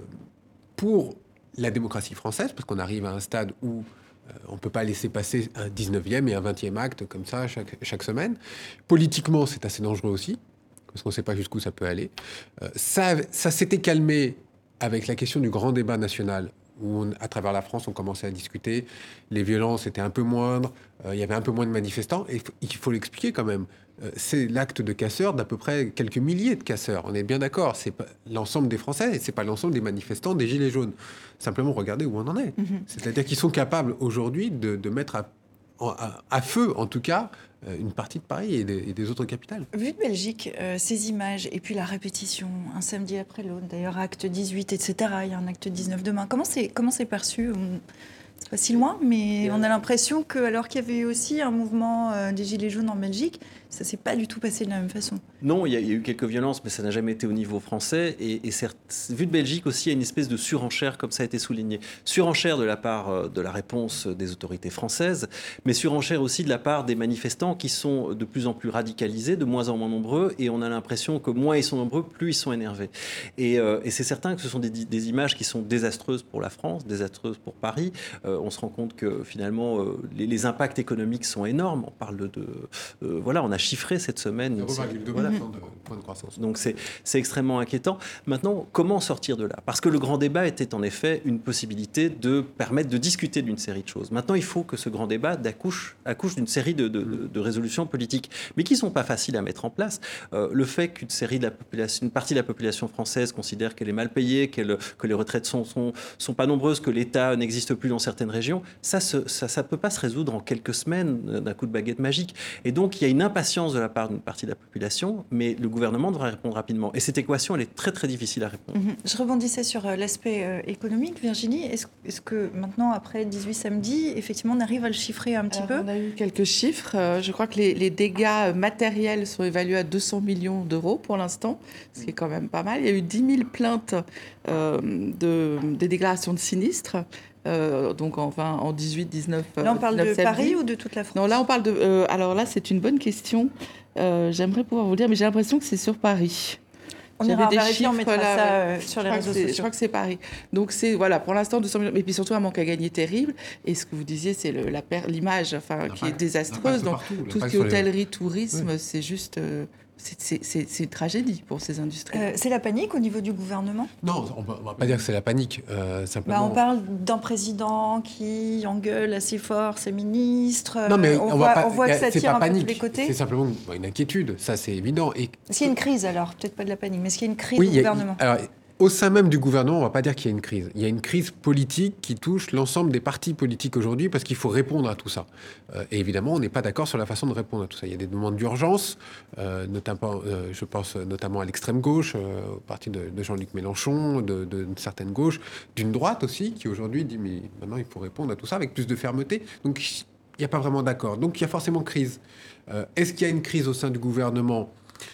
pour la démocratie française, parce qu'on arrive à un stade où euh, on ne peut pas laisser passer un dix-neuvième et un vingtième acte comme ça chaque, chaque semaine. Politiquement, c'est assez dangereux aussi, parce qu'on ne sait pas jusqu'où ça peut aller. Euh, ça, ça s'était calmé avec la question du grand débat national, où, on, à travers la France, on commençait à discuter. Les violences étaient un peu moindres, euh, il y avait un peu moins de manifestants. Et il faut l'expliquer quand même. Euh, c'est l'acte de casseurs d'à peu près quelques milliers de casseurs. On est bien d'accord. C'est pas l'ensemble des Français, et c'est pas l'ensemble des manifestants des Gilets jaunes. Simplement, regardez où on en est. Mm-hmm. C'est-à-dire qu'ils sont capables aujourd'hui de, de mettre à, à, à feu, en tout cas, une partie de Paris et des, et des autres capitales. Vu de Belgique, euh, ces images, et puis la répétition, un samedi après l'autre, d'ailleurs acte dix-huit, et cetera, il y a un acte dix-neuf demain. Comment c'est, comment c'est perçu ? On... C'est pas si loin, mais on a l'impression que, alors qu'il y avait aussi un mouvement euh, des Gilets jaunes en Belgique, ça s'est pas du tout passé de la même façon. Non, il y, y a eu quelques violences, mais ça n'a jamais été au niveau français. Et, et certes, vu de Belgique aussi, il y a une espèce de surenchère, comme ça a été souligné. Surenchère de la part de la réponse des autorités françaises, mais surenchère aussi de la part des manifestants qui sont de plus en plus radicalisés, de moins en moins nombreux, et on a l'impression que moins ils sont nombreux, plus ils sont énervés. Et, euh, et c'est certain que ce sont des, des images qui sont désastreuses pour la France, désastreuses pour Paris. Euh, on se rend compte que finalement, euh, les, les impacts économiques sont énormes. On parle de... de euh, voilà, on a chiffré cette semaine. zéro virgule deux pour cent de point de croissance. Donc c'est, c'est extrêmement inquiétant. Maintenant, comment sortir de là ? Parce que le grand débat était en effet une possibilité de permettre de discuter d'une série de choses. Maintenant, il faut que ce grand débat accouche, accouche d'une série de, de, de, de résolutions politiques, mais qui ne sont pas faciles à mettre en place. Euh, le fait qu'une série de la population, une partie de la population française considère qu'elle est mal payée, qu'elle, que les retraites sont, sont, sont pas nombreuses, que l'État n'existe plus dans certaines régions, ça ne ça, ça peut pas se résoudre en quelques semaines d'un coup de baguette magique. Et donc, il y a une impatience de la part d'une partie de la population, mais le gouvernement devra répondre rapidement. Et cette équation, elle est très très difficile à répondre. Mmh. Je rebondissais sur l'aspect euh, économique, Virginie. Est-ce, est-ce que maintenant, après dix-huit samedi, effectivement, on arrive à le chiffrer un petit Alors, peu ? On a eu quelques chiffres. Euh, je crois que les, les dégâts matériels sont évalués à deux cents millions d'euros pour l'instant, ce qui est quand même pas mal. Il y a eu dix mille plaintes euh, de, des déclarations de sinistres. Euh, donc enfin en dix-huit dix-neuf Là on parle de samedi. Paris ou de toute la France ? Non, là on parle de euh, alors là c'est une bonne question. Euh, j'aimerais pouvoir vous le dire, mais j'ai l'impression que c'est sur Paris. On ira vérifier, on mettra là, ça euh, sur les réseaux sociaux. Je crois que c'est Paris. Donc c'est voilà pour l'instant deux cents millions, et puis surtout un manque à gagner terrible. Et ce que vous disiez, c'est le, la per, l'image, enfin qui est désastreuse. Donc tout ce qui est hôtellerie, les... tourisme, oui. c'est juste. Euh, C'est, c'est, c'est, c'est une tragédie pour ces industries. Euh, c'est la panique au niveau du gouvernement ? Non, on ne va pas dire que c'est la panique. Euh, simplement... bah, on parle d'un président qui engueule assez fort ses ministres. Non, mais on, on, voit, pas, on voit que ça tire un panique, peu de tous les côtés. C'est simplement une inquiétude, ça c'est évident. Et... Est-ce qu'il y a une crise alors ? Peut-être pas de la panique, mais est-ce qu'il y a une crise oui, au gouvernement ? a, alors, au sein même du gouvernement, on ne va pas dire qu'il y a une crise. Il y a une crise politique qui touche l'ensemble des partis politiques aujourd'hui parce qu'il faut répondre à tout ça. Euh, et évidemment, on n'est pas d'accord sur la façon de répondre à tout ça. Il y a des demandes d'urgence, euh, notamment, euh, je pense notamment à l'extrême gauche, euh, au parti de, de Jean-Luc Mélenchon, de, de, d'une certaine gauche, d'une droite aussi, qui aujourd'hui dit mais maintenant il faut répondre à tout ça avec plus de fermeté. Donc il n'y a pas vraiment d'accord. Donc il y a forcément crise. Euh, est-ce qu'il y a une crise au sein du gouvernement ?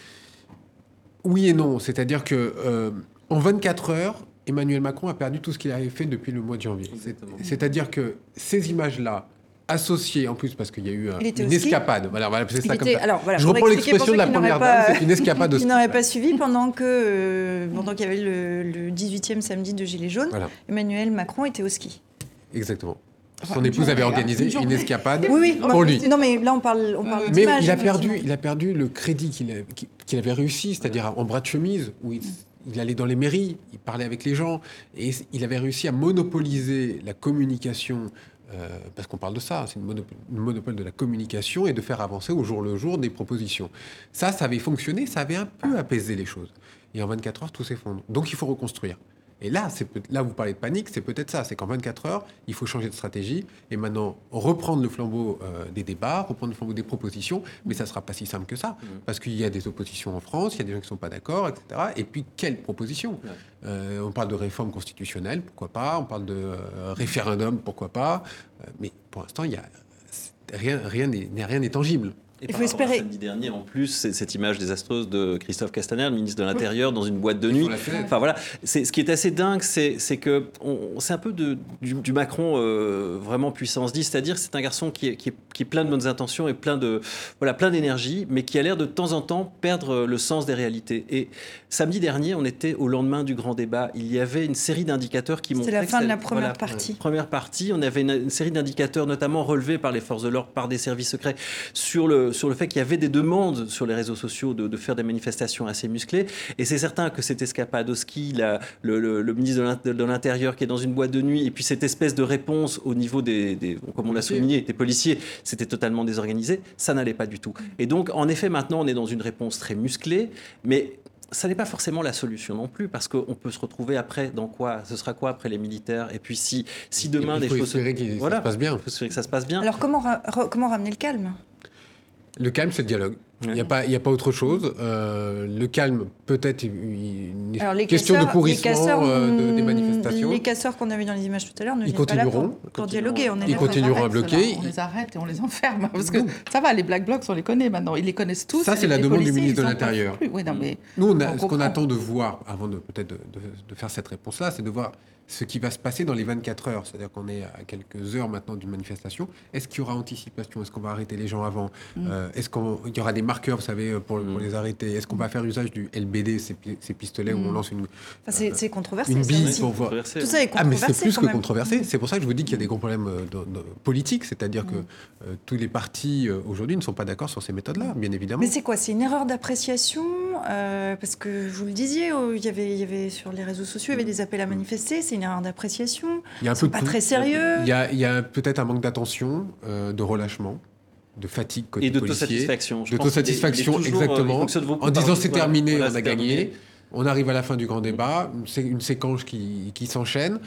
Oui et non. C'est-à-dire que... Euh, En vingt-quatre heures, Emmanuel Macron a perdu tout ce qu'il avait fait depuis le mois de janvier. Exactement. C'est-à-dire que ces images-là, associées en plus parce qu'il y a eu un, une escapade. Voilà, voilà, c'est ça était, comme ça. Alors, voilà, je reprends l'expression de la première pas, dame, c'est une escapade qui n'aurait pas suivi pendant que euh, pendant qu'il y avait le, le dix-huitième samedi de Gilets jaunes. Voilà. Emmanuel Macron était au ski. Exactement. Son épouse avait organisé une, une escapade oui, oui, pour lui. Non, mais là, on parle, on parle mais d'image. il a perdu, il a perdu le crédit qu'il, a, qu'il avait réussi, c'est-à-dire en bras de chemise, où il, il allait dans les mairies, il parlait avec les gens, et il avait réussi à monopoliser la communication Euh, parce qu'on parle de ça, c'est une monopole, une monopole de la communication et de faire avancer au jour le jour des propositions. Ça, ça avait fonctionné, ça avait un peu apaisé les choses. Et en vingt-quatre heures, tout s'effondre. Donc il faut reconstruire. Et là, c'est peut- là, vous parlez de panique, c'est peut-être ça. C'est qu'en vingt-quatre heures, il faut changer de stratégie et maintenant reprendre le flambeau euh, des débats, reprendre le flambeau des propositions. Mais ça ne sera pas si simple que ça. Mmh. Parce qu'il y a des oppositions en France, il y a des gens qui ne sont pas d'accord, et cetera. Et puis, quelles propositions ? ouais. euh, On parle de réforme constitutionnelle, pourquoi pas ? On parle de euh, référendum, pourquoi pas ? euh, Mais pour l'instant, il y a, rien, rien, n'est, rien n'est tangible. Et il faut espérer. Samedi dernier, en plus, c'est cette image désastreuse de Christophe Castaner, le ministre de l'Intérieur, dans une boîte de nuit. Enfin voilà, c'est, ce qui est assez dingue, c'est, c'est que on, c'est un peu de, du, du Macron euh, vraiment puissance dix, c'est-à-dire c'est un garçon qui est, qui, est, qui est plein de bonnes intentions et plein de voilà plein d'énergie, mais qui a l'air de, de temps en temps perdre le sens des réalités. Et samedi dernier, on était au lendemain du grand débat. Il y avait une série d'indicateurs qui montraient. C'était la fin que de la première voilà, partie. Première partie, on avait une, une série d'indicateurs, notamment relevés par les forces de l'ordre, par des services secrets, sur le sur le fait qu'il y avait des demandes sur les réseaux sociaux de, de faire des manifestations assez musclées. Et c'est certain que cette escapade au ski, la, le, le, le ministre de l'Intérieur qui est dans une boîte de nuit, et puis cette espèce de réponse au niveau des, des comme on l'a souligné, des policiers, c'était totalement désorganisé. Ça n'allait pas du tout. Et donc, en effet, maintenant, on est dans une réponse très musclée, mais ça n'est pas forcément la solution non plus, parce qu'on peut se retrouver après dans quoi ? Ce sera quoi après les militaires ? Et puis si, si demain il des faut choses... espérer que voilà, ça se passe bien. Il faut espérer que ça se passe bien. Alors comment, ra- comment ramener le calme ? Le calme, c'est le dialogue. Il n'y a pas, il n'y a pas autre chose. Euh, le calme, peut-être une Alors, question casseurs, de pourrissement casseurs, euh, de, des manifestations. Les casseurs qu'on a vus dans les images tout à l'heure ne viennent pas là pour, pour dialoguer. On est ils continueront à bloquer. On les arrête et on les enferme. Parce que ça va, les Black Blocs, on les connaît maintenant. Ils les connaissent tous. Ça, c'est la demande du ministre de l'Intérieur. Oui, non, mais Nous, on a, on ce qu'on attend de voir, avant de, peut-être de, de, de faire cette réponse-là, c'est de voir ce qui va se passer dans les vingt-quatre heures. C'est-à-dire qu'on est à quelques heures maintenant d'une manifestation. Est-ce qu'il y aura anticipation ? Est-ce qu'on va arrêter les gens avant ? mm. euh, Est-ce qu'il y aura des marqueurs, vous savez, pour, mm. pour les arrêter ? Est-ce qu'on va faire usage du L B D, ces, ces pistolets mm. où on lance une... Enfin, c'est, euh, c'est controversé. Une bille pour voir. Tout ça est controversé. Ah, mais c'est plus que même. controversé. C'est pour ça que je vous dis qu'il y a des gros problèmes euh, de, de, politiques. C'est-à-dire mm. que euh, tous les partis, euh, aujourd'hui, ne sont pas d'accord sur ces méthodes-là, bien évidemment. Mais c'est quoi ? C'est une erreur d'appréciation euh, Parce que, vous le disiez, oh, il, y avait, il y avait sur les réseaux sociaux, il y avait des appels à manifester. C'est une erreur d'appréciation. Il y a un c'est peu pas tout. très sérieux. Il y a, il y a peut-être un manque d'attention, euh, de relâchement, de fatigue côté et d'autosatisfaction. policier. D'autosatisfaction, exactement. Euh, en disant c'est terminé, voilà, on a gagné. Terminé. On arrive à la fin du grand débat, c'est une séquence qui, qui s'enchaîne.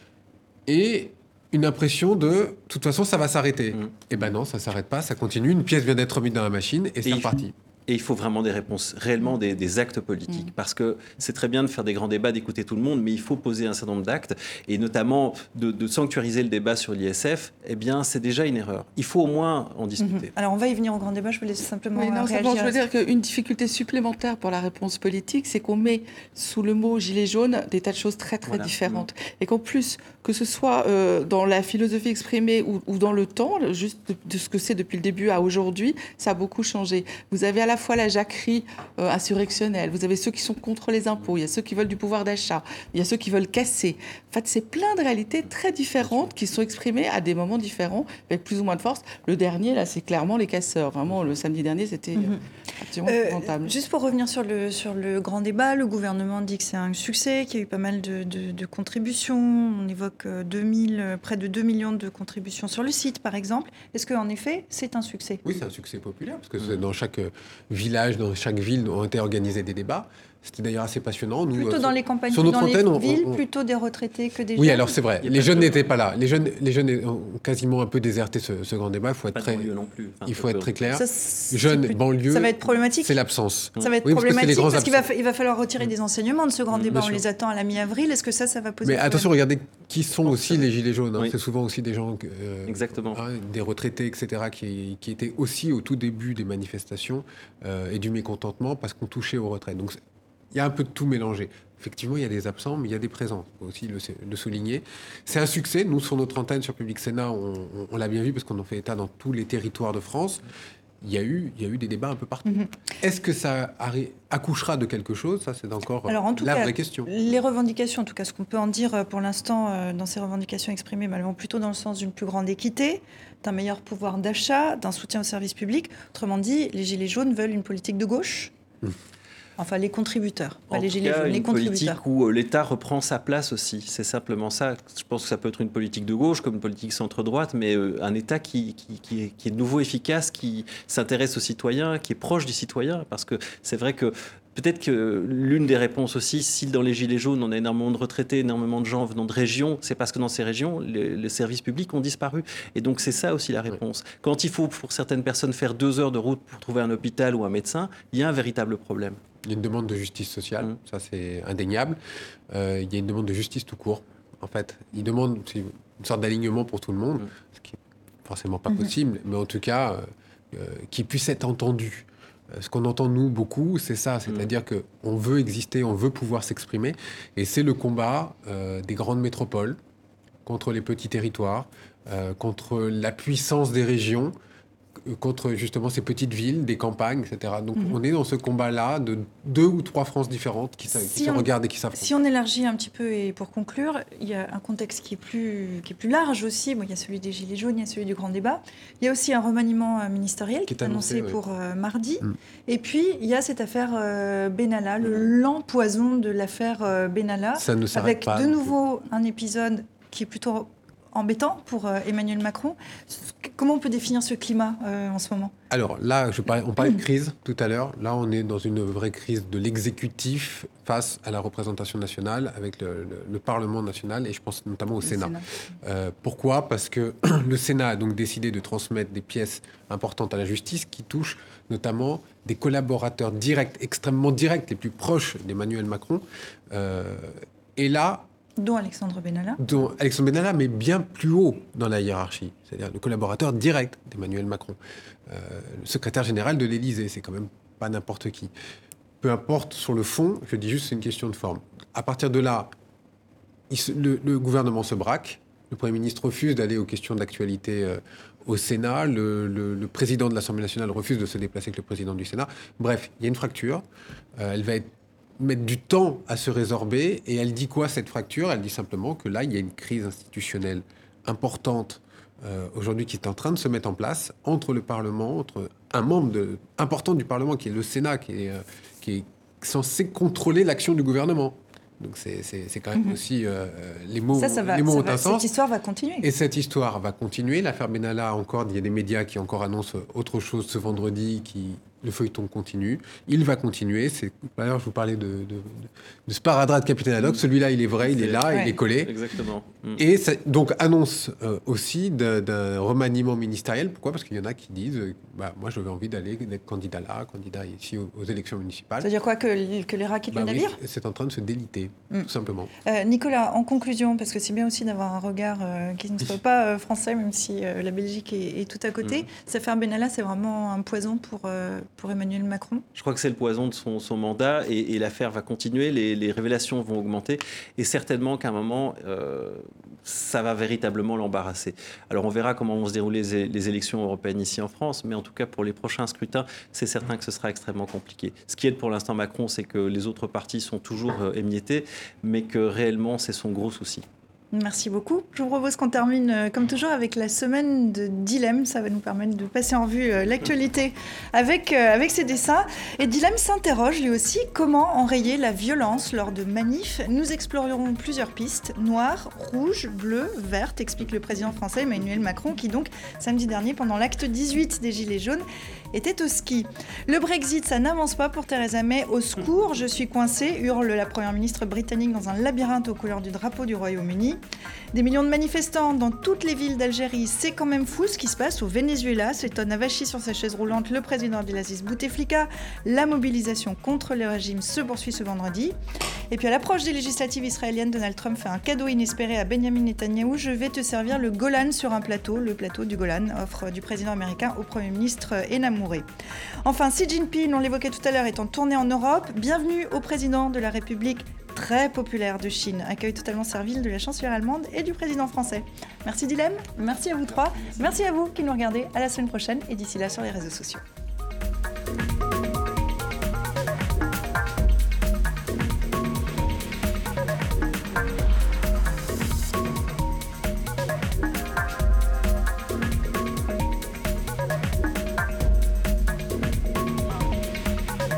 Et une impression de, de toute façon, ça va s'arrêter. Mm. Et ben non, ça ne s'arrête pas, ça continue. Une pièce vient d'être mise dans la machine et, et c'est reparti. Et il faut vraiment des réponses, réellement des, des actes politiques. Mmh. Parce que c'est très bien de faire des grands débats, d'écouter tout le monde, mais il faut poser un certain nombre d'actes. Et notamment de, de sanctuariser le débat sur l'I S F, eh bien, c'est déjà une erreur. Il faut au moins en discuter. Mmh. Alors, on va y venir au grand débat. Je voulais simplement oui, non, réagir. Simplement, je veux dire qu'une difficulté supplémentaire pour la réponse politique, c'est qu'on met sous le mot « gilet jaune » des tas de choses très, très voilà. différentes. Mmh. Et qu'en plus, que ce soit euh, dans la philosophie exprimée ou, ou dans le temps, juste de, de ce que c'est depuis le début à aujourd'hui, ça a beaucoup changé. Vous avez à la fois la jacquerie euh, insurrectionnelle, vous avez ceux qui sont contre les impôts, il y a ceux qui veulent du pouvoir d'achat, il y a ceux qui veulent casser. En fait, c'est plein de réalités très différentes qui sont exprimées à des moments différents, avec plus ou moins de force. Le dernier, là, c'est clairement les casseurs. Vraiment, le samedi dernier, c'était mmh. absolument euh, épouvantable. Juste pour revenir sur le, sur le grand débat, le gouvernement dit que c'est un succès, qu'il y a eu pas mal de, de, de contributions. On évoque deux mille, près de deux millions de contributions sur le site, par exemple. Est-ce qu'en effet, c'est un succès ? Oui, c'est un succès populaire, parce que mmh. dans chaque village, dans chaque ville, ont été organisés des débats. C'était d'ailleurs assez passionnant. Nous, plutôt euh, dans les campagnes, sur dans les antenne, on, villes, on, on... plutôt des retraités que des oui, jeunes. Oui, alors c'est vrai. Les jeunes n'étaient pas là. Les jeunes, les jeunes ont quasiment un peu déserté ce, ce grand débat. Il faut être très, non plus. Enfin, il faut être très clair. Ça, jeunes, plus... banlieue. Ça va être problématique. C'est l'absence. Ça va être oui, problématique parce, parce qu'il va, il va falloir retirer des enseignements de ce grand débat. Bien on sûr. les attend à la mi-avril. Est-ce que ça, ça va poser Mais problème ? attention, regardez qui sont aussi les gilets jaunes. Hein. Oui. C'est souvent aussi des gens, euh, exactement, hein, des retraités, et cetera, qui, qui étaient aussi au tout début des manifestations euh, et du mécontentement parce qu'on touchait aux retraites. Donc il y a un peu de tout mélangé. Effectivement, il y a des absents, mais il y a des présents. Il faut aussi le, le souligner. C'est un succès. Nous, sur notre antenne, sur Public Sénat, on, on, on l'a bien vu parce qu'on en fait état dans tous les territoires de France. Il y a eu, il y a eu des débats un peu partout. Mm-hmm. Est-ce que ça accouchera de quelque chose ? Ça, c'est encore Alors, en tout la cas, vraie question. Les revendications, en tout cas, ce qu'on peut en dire pour l'instant dans ces revendications exprimées, elles vont plutôt dans le sens d'une plus grande équité, d'un meilleur pouvoir d'achat, d'un soutien aux services publics. Autrement dit, les Gilets jaunes veulent une politique de gauche ? mm. Enfin, les contributeurs, pas en les gilets jaunes, les une contributeurs. Politique où l'État reprend sa place aussi. C'est simplement ça. Je pense que ça peut être une politique de gauche comme une politique centre-droite, mais un État qui, qui, qui, est, qui est de nouveau efficace, qui s'intéresse aux citoyens, qui est proche du citoyen. Parce que c'est vrai que peut-être que l'une des réponses aussi, si dans les Gilets jaunes, on a énormément de retraités, énormément de gens venant de régions, c'est parce que dans ces régions, les, les services publics ont disparu. Et donc, c'est ça aussi la réponse. Quand il faut, pour certaines personnes, faire deux heures de route pour trouver un hôpital ou un médecin, il y a un véritable problème. Il y a une demande de justice sociale, mmh. ça c'est indéniable. Euh, il y a une demande de justice tout court. En fait, ils demandent une sorte d'alignement pour tout le monde, mmh. ce qui n'est forcément pas mmh. possible, mais en tout cas, euh, euh, qui puisse être entendu. Ce qu'on entend, nous, beaucoup, c'est ça. C'est-à-dire mmh. qu'on veut exister, on veut pouvoir s'exprimer. Et c'est le combat euh, des grandes métropoles contre les petits territoires, euh, contre la puissance des régions, contre justement ces petites villes, des campagnes, et cetera. Donc mmh. on est dans ce combat-là de deux ou trois Frances différentes qui, si qui se on, regardent et qui s'affrontent. Si on élargit un petit peu, et pour conclure, il y a un contexte qui est plus, qui est plus large aussi. Bon, il y a celui des Gilets jaunes, il y a celui du grand débat. Il y a aussi un remaniement ministériel qui est annoncé, annoncé oui. pour euh, mardi. Mmh. Et puis, il y a cette affaire euh, Benalla, le lent poison de l'affaire euh, Benalla, Ça ne s'arrête avec pas, de nouveau un épisode qui est plutôt embêtant pour euh, Emmanuel Macron. Comment on peut définir ce climat euh, en ce moment ? Alors là, je parlais, on parlait de crise tout à l'heure. Là, on est dans une vraie crise de l'exécutif face à la représentation nationale, avec le, le, le Parlement national, et je pense notamment au le Sénat. Sénat. Euh, pourquoi ? Parce que le Sénat a donc décidé de transmettre des pièces importantes à la justice qui touchent notamment des collaborateurs directs, extrêmement directs, les plus proches d'Emmanuel Macron. Euh, et là, Dont Alexandre Benalla. Dont Alexandre Benalla, mais bien plus haut dans la hiérarchie. C'est-à-dire le collaborateur direct d'Emmanuel Macron. Euh, le secrétaire général de l'Élysée, c'est quand même pas n'importe qui. Peu importe sur le fond, je dis juste c'est une question de forme. À partir de là, il se, le, le gouvernement se braque. Le Premier ministre refuse d'aller aux questions d'actualité euh, au Sénat. Le, le, le président de l'Assemblée nationale refuse de se déplacer avec le président du Sénat. Bref, il y a une fracture. Euh, elle va être mettre du temps à se résorber. Et elle dit quoi, cette fracture ? Elle dit simplement que là, il y a une crise institutionnelle importante euh, aujourd'hui qui est en train de se mettre en place entre le Parlement, entre un membre de, important du Parlement, qui est le Sénat, qui est, euh, qui est censé contrôler l'action du gouvernement. Donc c'est, c'est, c'est quand même mmh. aussi euh, les mots, ça, ça va, les mots ça ont va, un sens. Cette histoire va continuer. Et cette histoire va continuer. L'affaire Benalla, encore, il y a des médias qui encore annoncent autre chose ce vendredi, qui le feuilleton continue. Il va continuer. C'est, d'ailleurs, je vous parlais de, de, de, de sparadrap de Capitaine Haddock. Mmh. Celui-là, il est vrai, il est là, ouais. il est collé. Exactement. Mmh. Et ça, donc, annonce euh, aussi de, d'un remaniement ministériel. Pourquoi ? Parce qu'il y en a qui disent euh, bah, moi, j'avais envie d'aller d'être candidat là, candidat ici aux, aux élections municipales. Ça veut dire quoi ? Que, que les rats quittent bah, le navire ? Oui, c'est en train de se déliter, mmh. tout simplement. Euh, Nicolas, en conclusion, parce que c'est bien aussi d'avoir un regard euh, qui ne soit pas euh, français, même si euh, la Belgique est, est tout à côté. Mmh. Cette affaire Benalla, c'est vraiment un poison pour, euh, pour Emmanuel Macron. Je crois que c'est le poison de son, son mandat et, et l'affaire va continuer, les, les révélations vont augmenter et certainement qu'à un moment, euh, ça va véritablement l'embarrasser. Alors on verra comment vont se dérouler les, les élections européennes ici en France, mais en tout cas pour les prochains scrutins, c'est certain que ce sera extrêmement compliqué. Ce qui aide pour l'instant Macron, c'est que les autres partis sont toujours euh, émiettés, mais que réellement c'est son gros souci. Merci beaucoup. Je vous propose qu'on termine, euh, comme toujours, avec la semaine de Dilemme. Ça va nous permettre de passer en vue euh, l'actualité avec, euh, avec ses dessins. Et Dilemme s'interroge, lui aussi, comment enrayer la violence lors de manifs. Nous explorerons plusieurs pistes. Noir, rouge, bleu, verte, explique le président français Emmanuel Macron, qui donc, samedi dernier, pendant l'acte dix-huit des Gilets jaunes, était au ski. Le Brexit, ça n'avance pas pour Theresa May. Au secours, je suis coincée, hurle la première ministre britannique dans un labyrinthe aux couleurs du drapeau du Royaume-Uni. Des millions de manifestants dans toutes les villes d'Algérie. C'est quand même fou ce qui se passe au Venezuela, s'étonne avachi sur sa chaise roulante le président Abdelaziz Bouteflika. La mobilisation contre le régime se poursuit ce vendredi. Et puis à l'approche des législatives israéliennes, Donald Trump fait un cadeau inespéré à Benjamin Netanyahou. Je vais te servir le Golan sur un plateau. Le plateau du Golan, offre du président américain au Premier ministre Enamouré. Enfin, Xi Jinping, on l'évoquait tout à l'heure, est en tournée en Europe. Bienvenue au président de la République très populaire de Chine. Accueil totalement servile de la chancelière allemande et du président français. Merci Dilemme, merci à vous trois, merci à vous qui nous regardez. À la semaine prochaine et d'ici là sur les réseaux sociaux.